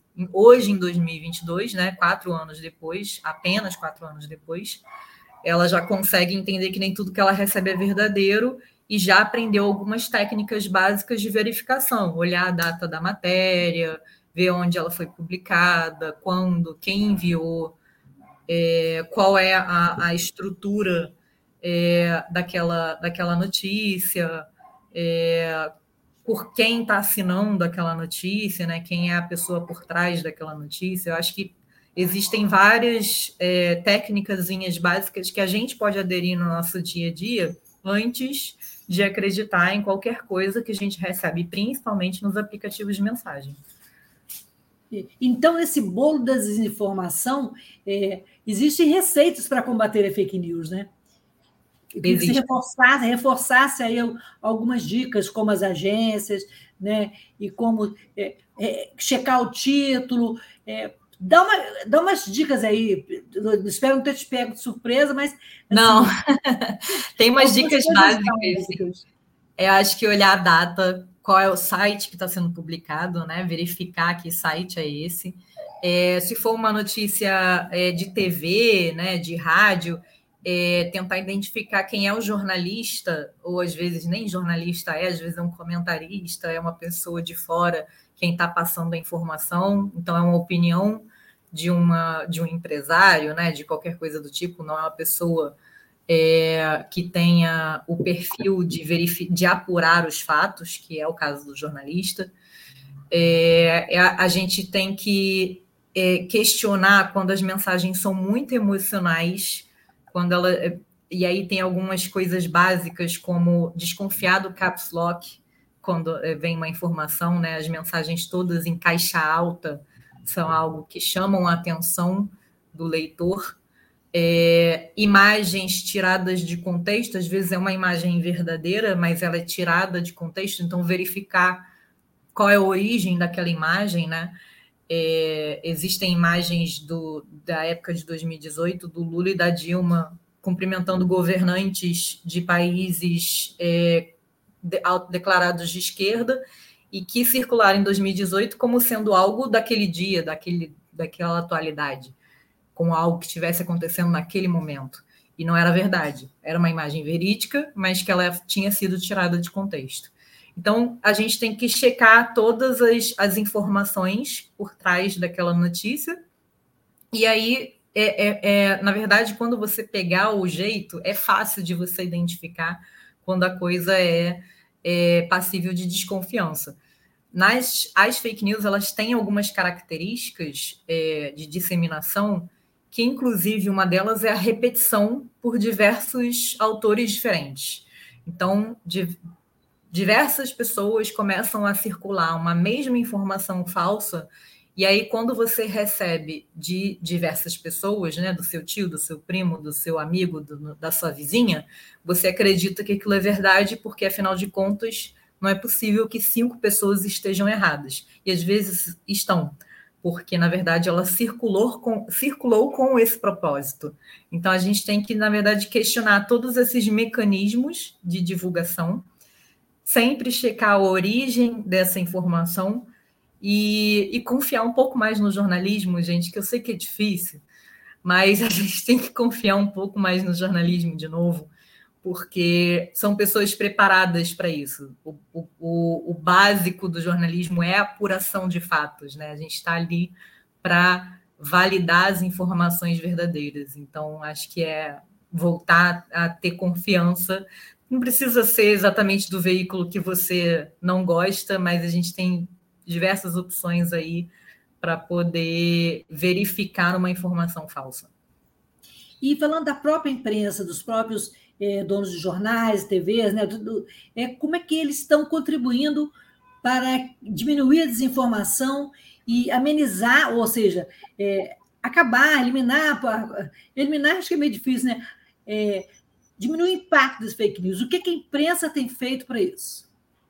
hoje, em dois mil e vinte e dois, né, quatro anos depois, apenas quatro anos depois, ela já consegue entender que nem tudo que ela recebe é verdadeiro e já aprendeu algumas técnicas básicas de verificação, olhar a data da matéria, ver onde ela foi publicada, quando, quem enviou, é, qual é a, a estrutura é, daquela, daquela notícia, é, por quem está assinando aquela notícia, né? Quem é a pessoa por trás daquela notícia. Eu acho que existem várias é, técnicazinhas básicas que a gente pode aderir no nosso dia a dia antes de acreditar em qualquer coisa que a gente recebe, principalmente nos aplicativos de mensagem. Então, esse bolo da desinformação, é, existem receitas para combater a fake news, né? Eu queria que você reforçasse, reforçasse aí algumas dicas, como as agências, né? E como é, é, checar o título. É, dá, uma, dá umas dicas aí. Eu espero não ter te pego de surpresa, mas... Assim, não, tem umas dicas básicas. básicas. Eu acho que olhar a data, qual é o site que está sendo publicado, né? Verificar que site é esse. É, se for uma notícia é, de T V, né, de rádio... É, tentar identificar quem é o jornalista, ou às vezes nem jornalista é, às vezes é um comentarista, é uma pessoa de fora quem está passando a informação, então é uma opinião de, uma, de um empresário, né, de qualquer coisa do tipo, não é uma pessoa é, que tenha o perfil de, verific- de apurar os fatos, que é o caso do jornalista. É, a, a gente tem que é, questionar quando as mensagens são muito emocionais, quando ela, e aí tem algumas coisas básicas, como desconfiar do caps lock, quando vem uma informação, né? As mensagens todas em caixa alta são algo que chamam a atenção do leitor. É, imagens tiradas de contexto, às vezes é uma imagem verdadeira, mas ela é tirada de contexto, então verificar qual é a origem daquela imagem, né? É, existem imagens do, da época de dois mil e dezoito, do Lula e da Dilma, cumprimentando governantes de países é, de, autodeclarados de esquerda e que circularam em dois mil e dezoito como sendo algo daquele dia, daquele, daquela atualidade, como algo que estivesse acontecendo naquele momento. E não era verdade. Era uma imagem verídica, mas que ela tinha sido tirada de contexto. Então, a gente tem que checar todas as, as informações por trás daquela notícia. E aí, é, é, é, na verdade, quando você pegar o jeito, é fácil de você identificar quando a coisa é, é passível de desconfiança. Nas, as fake news, elas têm algumas características é, de disseminação, que, inclusive, uma delas é a repetição por diversos autores diferentes. Então, de... diversas pessoas começam a circular uma mesma informação falsa, e aí quando você recebe de diversas pessoas, né, do seu tio, do seu primo, do seu amigo, do, da sua vizinha, você acredita que aquilo é verdade, porque, afinal de contas, não é possível que cinco pessoas estejam erradas. E, às vezes, estão, porque, na verdade, ela circulou com, circulou com esse propósito. Então, a gente tem que, na verdade, questionar todos esses mecanismos de divulgação, sempre checar a origem dessa informação e, e confiar um pouco mais no jornalismo, gente, que eu sei que é difícil, mas a gente tem que confiar um pouco mais no jornalismo de novo, porque são pessoas preparadas para isso. O, o, o básico do jornalismo é a apuração de fatos, né? A gente está ali para validar as informações verdadeiras. Então, acho que é voltar a ter confiança. Não precisa ser exatamente do veículo que você não gosta, mas a gente tem diversas opções aí para poder verificar uma informação falsa. E falando da própria imprensa, dos próprios eh, donos de jornais, T Vs, né, do, do, é, como é que eles estão contribuindo para diminuir a desinformação e amenizar, ou seja, é, acabar, eliminar, eliminar acho que é meio difícil, né? É, diminuir o impacto das fake news. O que, que a imprensa tem feito para isso?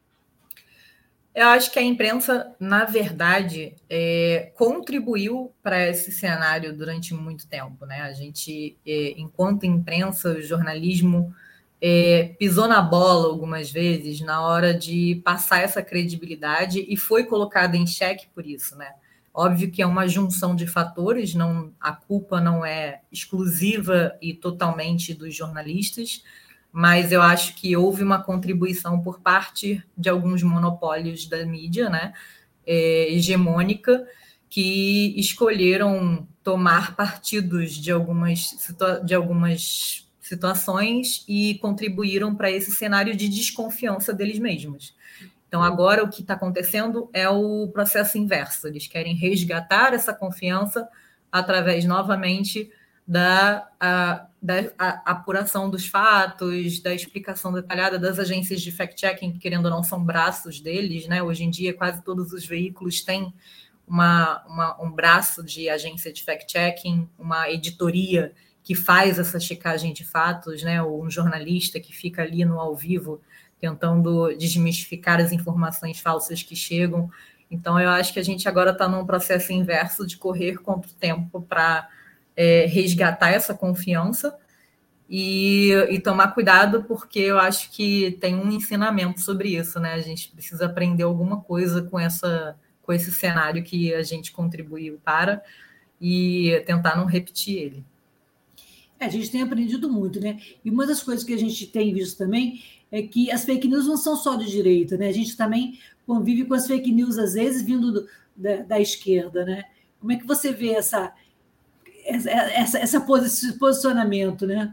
Eu acho que a imprensa, na verdade, é, contribuiu para esse cenário durante muito tempo, né? A gente, é, enquanto imprensa, o jornalismo é, pisou na bola algumas vezes na hora de passar essa credibilidade e foi colocado em xeque por isso, né? Óbvio que é uma junção de fatores, não, a culpa não é exclusiva e totalmente dos jornalistas, mas eu acho que houve uma contribuição por parte de alguns monopólios da mídia, né, é, hegemônica, que escolheram tomar partidos de algumas, situa- de algumas situações e contribuíram para esse cenário de desconfiança deles mesmos. Então, agora o que está acontecendo é o processo inverso. Eles querem resgatar essa confiança através, novamente, da, a, da a, apuração dos fatos, da explicação detalhada das agências de fact-checking, que, querendo ou não, são braços deles, né? Hoje em dia, quase todos os veículos têm uma, uma, um braço de agência de fact-checking, uma editoria que faz essa checagem de fatos, né? Ou um jornalista que fica ali no ao vivo tentando desmistificar as informações falsas que chegam. Então, eu acho que a gente agora está num processo inverso de correr contra o tempo para é, resgatar essa confiança e, e tomar cuidado, porque eu acho que tem um ensinamento sobre isso, né? A gente precisa aprender alguma coisa com, essa, com esse cenário que a gente contribuiu para e tentar não repetir ele. É, a gente tem aprendido muito, né? E uma das coisas que a gente tem visto também é que as fake news não são só de direita, né? A gente também convive com as fake news, às vezes, vindo do, da, da esquerda, né? Como é que você vê essa, essa, essa, essa esse posicionamento, né?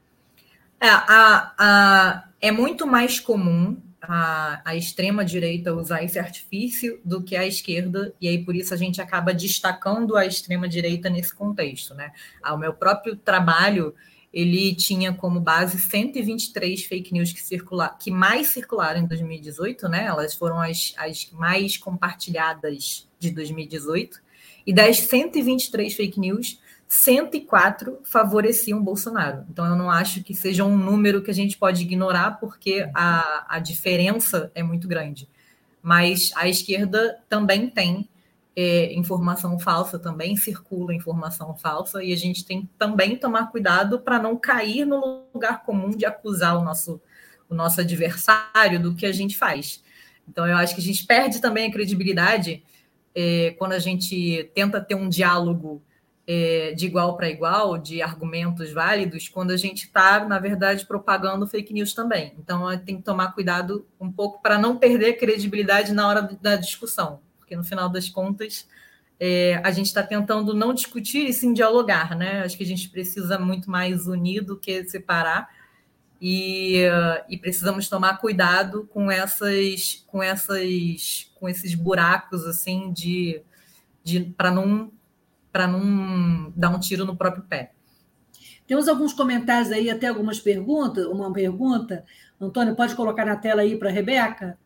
É, a, a, é muito mais comum a, a extrema-direita usar esse artifício do que a esquerda, e aí por isso a gente acaba destacando a extrema-direita nesse contexto, né? O meu próprio trabalho, ele tinha como base cento e vinte e três fake news que, circular, que mais circularam em dois mil e dezoito, né? Elas foram as, as mais compartilhadas de dois mil e dezoito, e das cento e vinte e três fake news, cento e quatro favoreciam Bolsonaro. Então, eu não acho que seja um número que a gente pode ignorar, porque a, a diferença é muito grande. Mas a esquerda também tem é, informação falsa, também circula informação falsa, e a gente tem que também tomar cuidado para não cair no lugar comum de acusar o nosso, o nosso adversário do que a gente faz. Então, eu acho que a gente perde também a credibilidade é, quando a gente tenta ter um diálogo É, de igual para igual, de argumentos válidos, quando a gente está, na verdade, propagando fake news também. Então, tem que tomar cuidado um pouco para não perder a credibilidade na hora da discussão, porque, no final das contas, é, a gente está tentando não discutir e sim dialogar, né? Acho que a gente precisa muito mais unir do que separar e, uh, e precisamos tomar cuidado com, essas, com, essas, com esses buracos, assim, de, de, para não para não dar um tiro no próprio pé. Temos alguns comentários aí, até algumas perguntas. Uma pergunta, Antônio, pode colocar na tela aí para a Rebeca?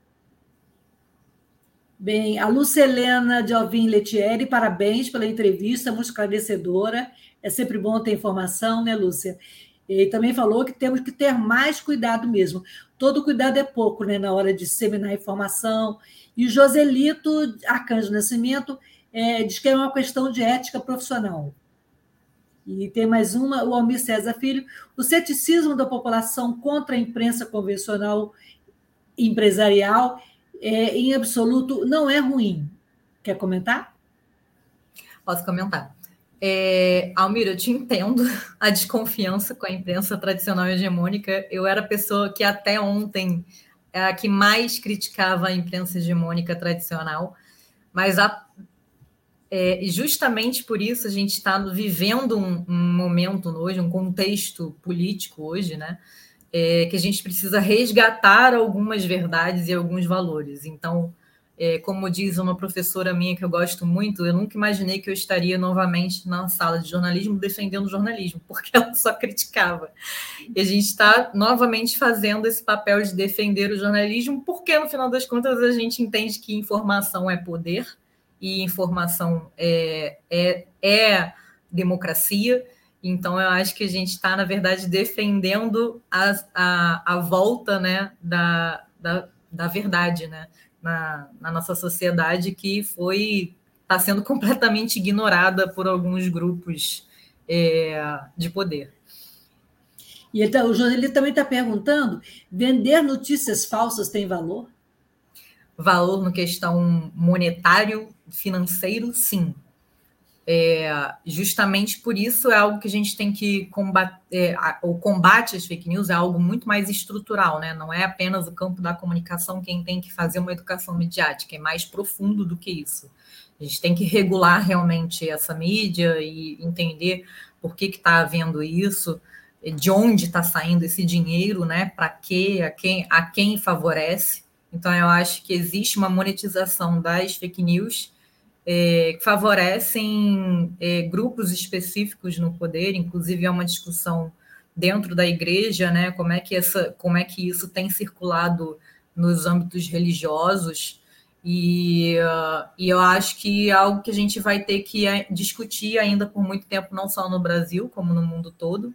Bem, a Lucelena de Alvim Letieri, parabéns pela entrevista, muito esclarecedora. É sempre bom ter informação, né, Lúcia? E também falou que temos que ter mais cuidado mesmo. Todo cuidado é pouco, né, na hora de disseminar informação. E o Joselito Arcanjo Nascimento É, diz que é uma questão de ética profissional. E tem mais uma, o Almir César Filho. O ceticismo da população contra a imprensa convencional empresarial, é, em absoluto, não é ruim. Quer comentar? Posso comentar. É, Almir, eu te entendo a desconfiança com a imprensa tradicional e hegemônica. Eu era a pessoa que até ontem é a que mais criticava a imprensa hegemônica tradicional, mas a É, e justamente por isso a gente está vivendo um, um momento hoje, um contexto político hoje, né, é, que a gente precisa resgatar algumas verdades e alguns valores. Então, é, como diz uma professora minha que eu gosto muito, eu nunca imaginei que eu estaria novamente na sala de jornalismo defendendo o jornalismo, porque ela só criticava. E a gente está novamente fazendo esse papel de defender o jornalismo, porque no final das contas a gente entende que informação é poder, e informação é, é, é democracia. Então, eu acho que a gente está, na verdade, defendendo a, a, a volta, né, da, da, da verdade, né, na, na nossa sociedade, que foi está sendo completamente ignorada por alguns grupos é, de poder. E ele, tá, o Joselito também está perguntando, vender notícias falsas tem valor? Valor no questão monetário, financeiro, sim. É, justamente por isso é algo que a gente tem que combater. É, o combate às fake news é algo muito mais estrutural, né? Não é apenas o campo da comunicação quem tem que fazer uma educação midiática, é mais profundo do que isso. A gente tem que regular realmente essa mídia e entender por que está havendo isso, de onde está saindo esse dinheiro, né? Para quê, a quem, a quem favorece. Então, eu acho que existe uma monetização das fake news É, que favorecem é, grupos específicos no poder, inclusive é uma discussão dentro da igreja, né? Como é que, essa, como é que isso tem circulado nos âmbitos religiosos, e, uh, e eu acho que é algo que a gente vai ter que discutir ainda por muito tempo, não só no Brasil, como no mundo todo,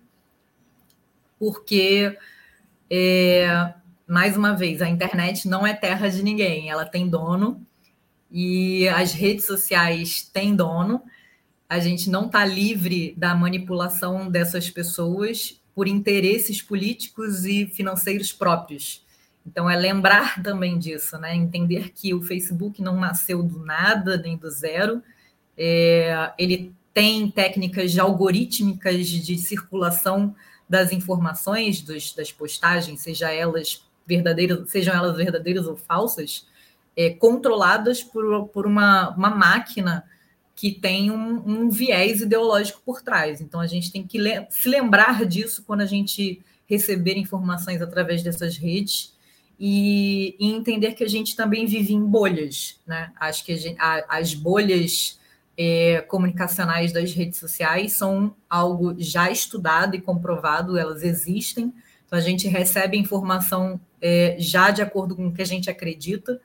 porque, é, mais uma vez, a internet não é terra de ninguém, ela tem dono, e as redes sociais têm dono, a gente não está livre da manipulação dessas pessoas por interesses políticos e financeiros próprios. Então, é lembrar também disso, né? Entender que o Facebook não nasceu do nada, nem do zero. É, ele tem técnicas algorítmicas de circulação das informações, dos, das postagens, seja elas verdadeiras, sejam elas verdadeiras ou falsas, É, controladas por, por uma, uma máquina que tem um, um viés ideológico por trás. Então, a gente tem que le- se lembrar disso quando a gente receber informações através dessas redes e, e entender que a gente também vive em bolhas, né? Acho que a gente, a, as bolhas é, comunicacionais das redes sociais são algo já estudado e comprovado, elas existem. Então, a gente recebe informação é, já de acordo com o que a gente acredita,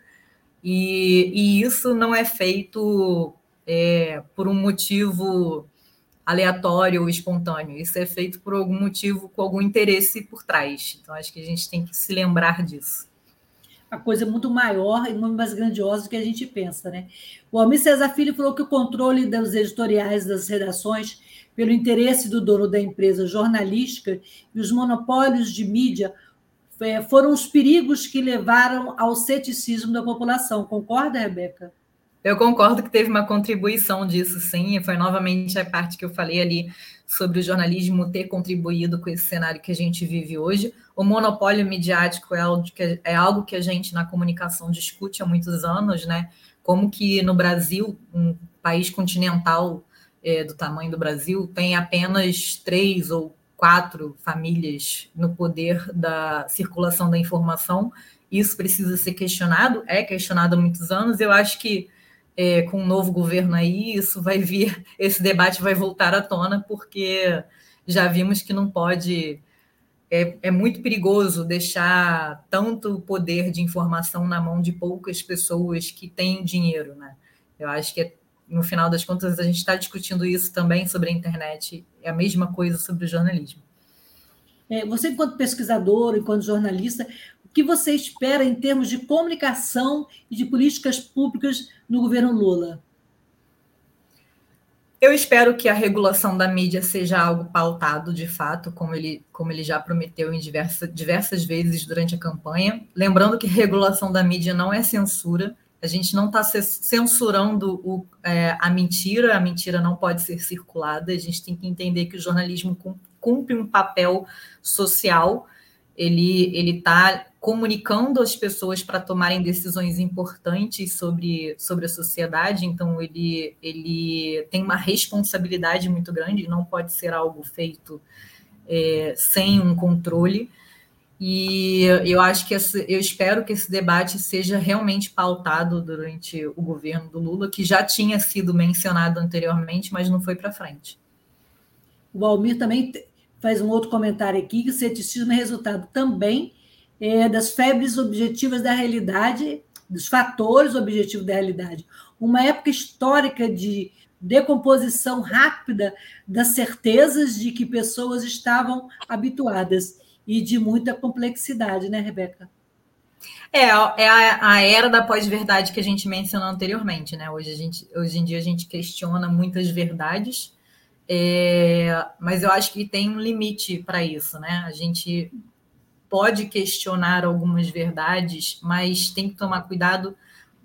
E, e isso não é feito é, por um motivo aleatório ou espontâneo. Isso é feito por algum motivo, com algum interesse por trás. Então, acho que a gente tem que se lembrar disso. A coisa é muito maior e muito mais grandiosa do que a gente pensa, né? O Almir Cesar Filho falou que o controle dos editoriais das redações pelo interesse do dono da empresa jornalística e os monopólios de mídia foram os perigos que levaram ao ceticismo da população. Concorda, Rebeca? Eu concordo que teve uma contribuição disso, sim. Foi novamente a parte que eu falei ali sobre o jornalismo ter contribuído com esse cenário que a gente vive hoje. O monopólio midiático é algo que, é algo que a gente, na comunicação, discute há muitos anos, né? Como que no Brasil, um país continental é, do tamanho do Brasil, tem apenas três ou quatro famílias no poder da circulação da informação. Isso precisa ser questionado, é questionado há muitos anos. Eu acho que é, com um novo governo aí, isso vai vir, esse debate vai voltar à tona, porque já vimos que não pode, é, é muito perigoso deixar tanto poder de informação na mão de poucas pessoas que têm dinheiro, né? Eu acho que é, no final das contas, a gente está discutindo isso também sobre a internet, é a mesma coisa sobre o jornalismo. É, você, enquanto pesquisador, enquanto jornalista, o que você espera em termos de comunicação e de políticas públicas no governo Lula? Eu espero que a regulação da mídia seja algo pautado, de fato, como ele, como ele já prometeu em diversa, diversas vezes durante a campanha. Lembrando que regulação da mídia não é censura. A gente não está censurando o, é, a mentira, a mentira não pode ser circulada, a gente tem que entender que o jornalismo cumpre um papel social, ele está comunicando as pessoas para tomarem decisões importantes sobre, sobre a sociedade, então ele, ele tem uma responsabilidade muito grande, não pode ser algo feito é, sem um controle. E eu acho que esse, eu espero que esse debate seja realmente pautado durante o governo do Lula, que já tinha sido mencionado anteriormente, mas não foi para frente. O Almir também faz um outro comentário aqui, que o ceticismo é resultado também é, das febres objetivas da realidade, dos fatores objetivos da realidade. Uma época histórica de decomposição rápida das certezas de que pessoas estavam habituadas. E de muita complexidade, né, Rebeca? É, é a, a era da pós-verdade que a gente mencionou anteriormente, né? Hoje, a gente, hoje em dia a gente questiona muitas verdades, é, mas eu acho que tem um limite para isso, né? A gente pode questionar algumas verdades, mas tem que tomar cuidado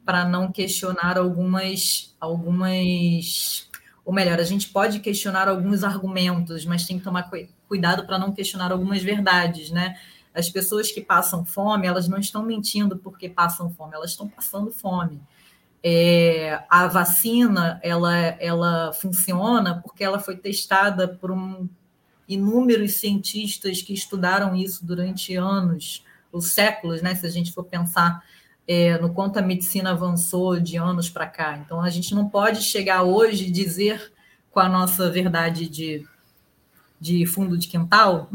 para não questionar algumas, algumas... Ou melhor, a gente pode questionar alguns argumentos, mas tem que tomar cuidado para não questionar algumas verdades, né? As pessoas que passam fome, elas não estão mentindo porque passam fome, elas estão passando fome. É, a vacina, ela, ela funciona porque ela foi testada por um, inúmeros cientistas que estudaram isso durante anos, ou séculos, né? Se a gente for pensar é, no quanto a medicina avançou de anos para cá. Então, a gente não pode chegar hoje e dizer com a nossa verdade de, de fundo de quintal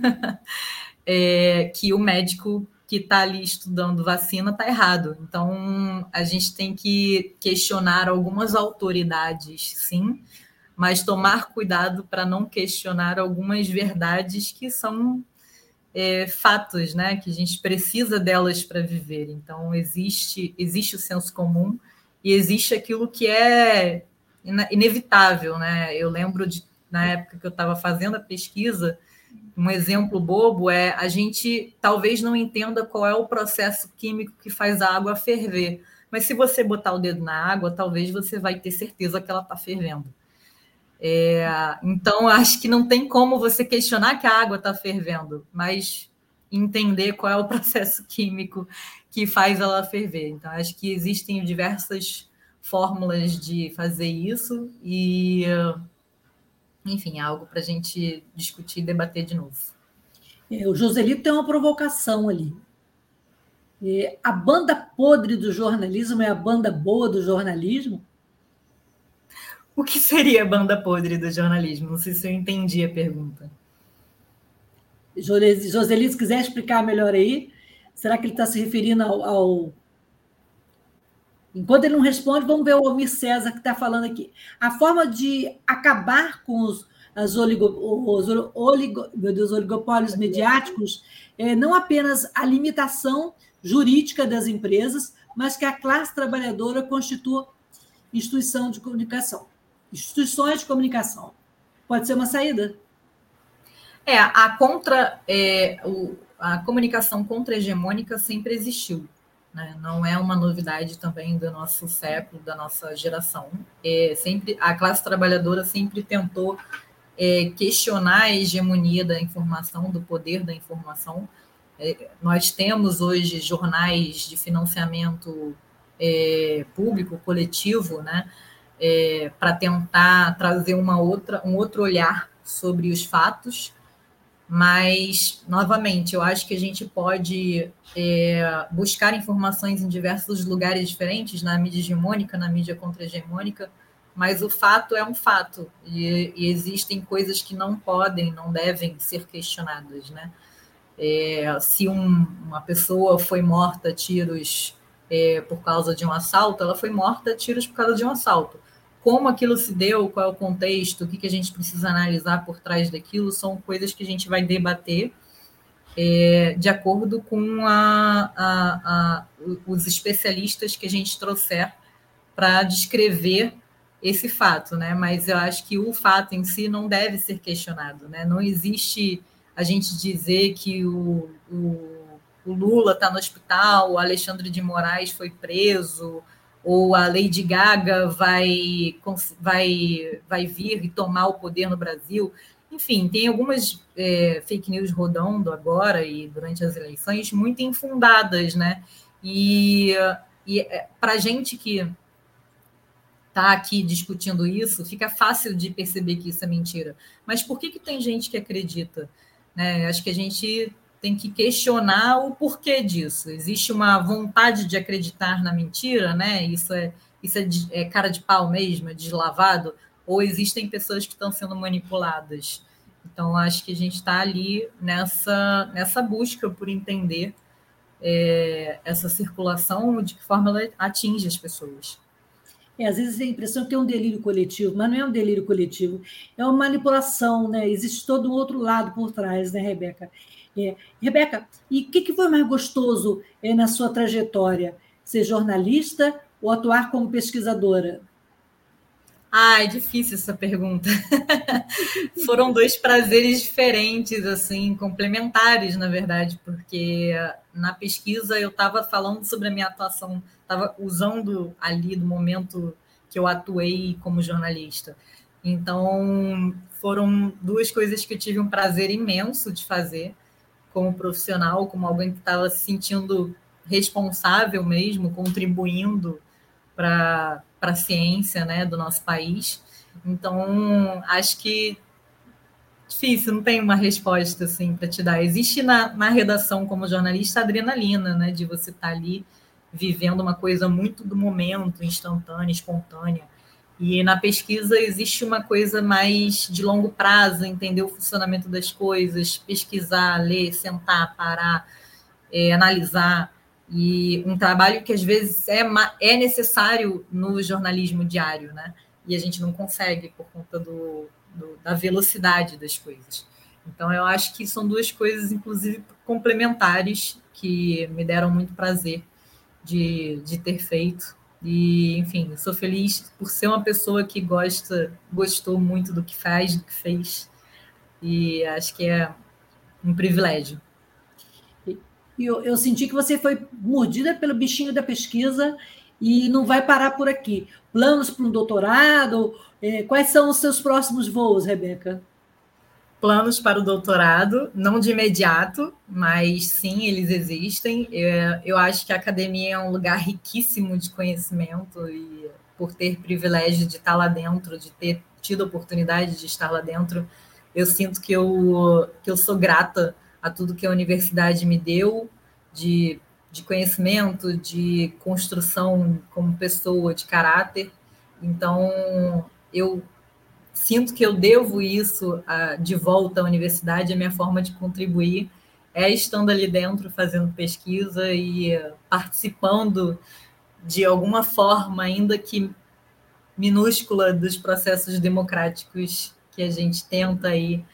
é, que o médico que está ali estudando vacina está errado. Então, a gente tem que questionar algumas autoridades, sim, mas tomar cuidado para não questionar algumas verdades que são é, fatos, né? Que a gente precisa delas para viver. Então, existe, existe o senso comum e existe aquilo que é inevitável, né? Eu lembro de, na época que eu estava fazendo a pesquisa, um exemplo bobo é a gente talvez não entenda qual é o processo químico que faz a água ferver, mas se você botar o dedo na água, talvez você vai ter certeza que ela está fervendo. É, então, acho que não tem como você questionar que a água está fervendo, mas entender qual é o processo químico que faz ela ferver. Então, acho que existem diversas fórmulas de fazer isso e, enfim, é algo para a gente discutir e debater de novo. É, o Joselito tem uma provocação ali. É, a banda podre do jornalismo é a banda boa do jornalismo? O que seria a banda podre do jornalismo? Não sei se eu entendi a pergunta. Joselito, se quiser explicar melhor aí, será que ele está se referindo ao, ao... Enquanto ele não responde, vamos ver o Almir César que está falando aqui. A forma de acabar com os, as oligo, os oligo, meu Deus, oligopólios mediáticos é não apenas a limitação jurídica das empresas, mas que a classe trabalhadora constitua instituição de comunicação. Instituições de comunicação. Pode ser uma saída? É, a, contra, é, o, a comunicação contra-hegemônica sempre existiu. Né? Não é uma novidade também do nosso século, da nossa geração. É, sempre, a classe trabalhadora sempre tentou é, questionar a hegemonia da informação, do poder da informação. É, nós temos hoje jornais de financiamento é, público, coletivo, né? É, para tentar trazer uma outra, um outro olhar sobre os fatos, mas, novamente, eu acho que a gente pode é, buscar informações em diversos lugares diferentes, na mídia hegemônica, na mídia contra-hegemônica, mas o fato é um fato, e, e existem coisas que não podem, não devem ser questionadas, né? É, se um, uma pessoa foi morta a tiros é, por causa de um assalto, ela foi morta a tiros por causa de um assalto. Como aquilo se deu, qual é o contexto, o que, que a gente precisa analisar por trás daquilo, são coisas que a gente vai debater é, de acordo com a, a, a, os especialistas que a gente trouxer para descrever esse fato, né? Mas eu acho que o fato em si não deve ser questionado, né? Não existe a gente dizer que o, o, o Lula está no hospital, o Alexandre de Moraes foi preso, ou a Lady Gaga vai, vai, vai vir e tomar o poder no Brasil. Enfim, tem algumas é, fake news rodando agora e durante as eleições muito infundadas, né? E, e para a gente que está aqui discutindo isso, fica fácil de perceber que isso é mentira. Mas por que, que tem gente que acredita? Né? Acho que a gente tem que questionar o porquê disso. Existe uma vontade de acreditar na mentira, né? Isso é, isso é, de, é cara de pau mesmo, é deslavado, ou existem pessoas que estão sendo manipuladas. Então, acho que a gente está ali nessa, nessa busca por entender é, essa circulação, de que forma ela atinge as pessoas. É, às vezes tem a impressão que tem um delírio coletivo, mas não é um delírio coletivo, é uma manipulação, né? Existe todo um outro lado por trás, né, Rebeca? É, Rebeca, e o que, que foi mais gostoso é, na sua trajetória? Ser jornalista ou atuar como pesquisadora? Ah, é difícil essa pergunta. Foram dois prazeres diferentes, assim, complementares, na verdade, porque na pesquisa eu estava falando sobre a minha atuação, estava usando ali do momento que eu atuei como jornalista. Então, foram duas coisas que eu tive um prazer imenso de fazer como profissional, como alguém que estava se sentindo responsável mesmo, contribuindo para a ciência, né, do nosso país. Então, acho que difícil, não tem uma resposta assim para te dar. Existe na, na redação como jornalista a adrenalina, né, de você estar ali vivendo uma coisa muito do momento, instantânea, espontânea. E na pesquisa existe uma coisa mais de longo prazo, entender o funcionamento das coisas, pesquisar, ler, sentar, parar, é, analisar. E um trabalho que às vezes é, é necessário no jornalismo diário, né? E a gente não consegue por conta do, do, da velocidade das coisas. Então, eu acho que são duas coisas, inclusive, complementares, que me deram muito prazer de, de ter feito. E, enfim, eu sou feliz por ser uma pessoa que gosta, gostou muito do que faz, do que fez. E acho que é um privilégio. Eu, eu senti que você foi mordida pelo bichinho da pesquisa e não vai parar por aqui. Planos para um doutorado? Eh, quais são os seus próximos voos, Rebeca? Planos para o doutorado, não de imediato, mas sim, eles existem. Eu, eu acho que a academia é um lugar riquíssimo de conhecimento e por ter privilégio de estar lá dentro, de ter tido a oportunidade de estar lá dentro, eu sinto que eu, que eu sou grata a tudo que a universidade me deu, de, de conhecimento, de construção como pessoa, de caráter. Então, eu sinto que eu devo isso a, de volta à universidade, a minha forma de contribuir é estando ali dentro, fazendo pesquisa e participando de alguma forma, ainda que minúscula, dos processos democráticos que a gente tenta aí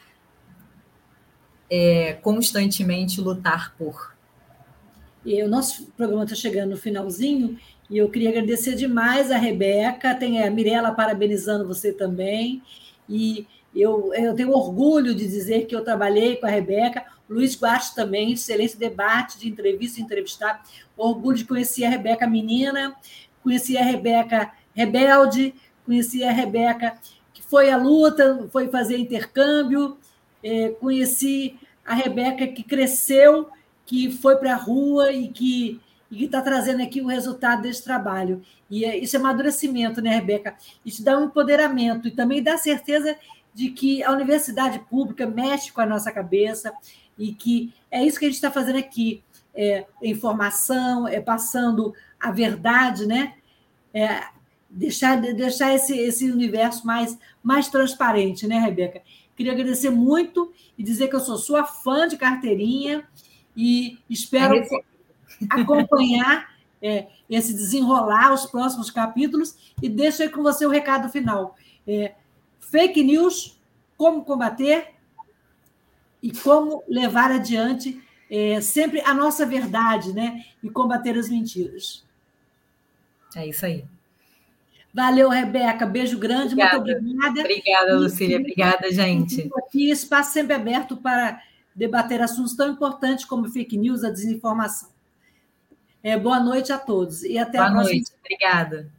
É, constantemente lutar por. E o nosso programa está chegando no finalzinho e eu queria agradecer demais a Rebeca, tem a Mirella parabenizando você também, e eu, eu tenho orgulho de dizer que eu trabalhei com a Rebeca, Luiz Guarte também, excelente debate de entrevista e entrevistar, orgulho de conhecer a Rebeca menina, conheci a Rebeca rebelde, conheci a Rebeca que foi à luta, foi fazer intercâmbio, É, conheci a Rebeca que cresceu, que foi para a rua e que está trazendo aqui o resultado desse trabalho. E é, isso é amadurecimento, né, Rebeca? Isso dá um empoderamento e também dá certeza de que a universidade pública mexe com a nossa cabeça e que é isso que a gente está fazendo aqui. É, informação, é passando a verdade, né? É, deixar, deixar esse, esse universo mais, mais transparente, né, Rebeca? Queria agradecer muito e dizer que eu sou sua fã de carteirinha e espero é acompanhar é, esse desenrolar, os próximos capítulos, e deixo aí com você o recado final. É, fake news, como combater e como levar adiante é, sempre a nossa verdade, né? E combater as mentiras. É isso aí. Valeu, Rebeca. Beijo grande, obrigada. Muito obrigada. Obrigada, Lucília. E, obrigada, gente. Aqui, espaço sempre aberto para debater assuntos tão importantes como fake news, a desinformação. É, boa noite a todos e até boa a próxima. Boa noite, obrigada.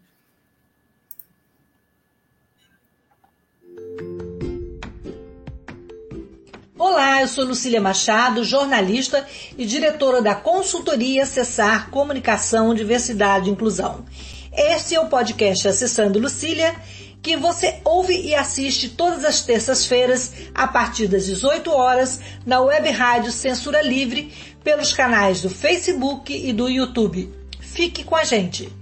Olá, eu sou Lucília Machado, jornalista e diretora da consultoria Acessar Comunicação, Diversidade e Inclusão. Este é o podcast Acessando Lucília, que você ouve e assiste todas as terças-feiras, a partir das dezoito horas, na Web Rádio Censura Livre, pelos canais do Facebook e do YouTube. Fique com a gente!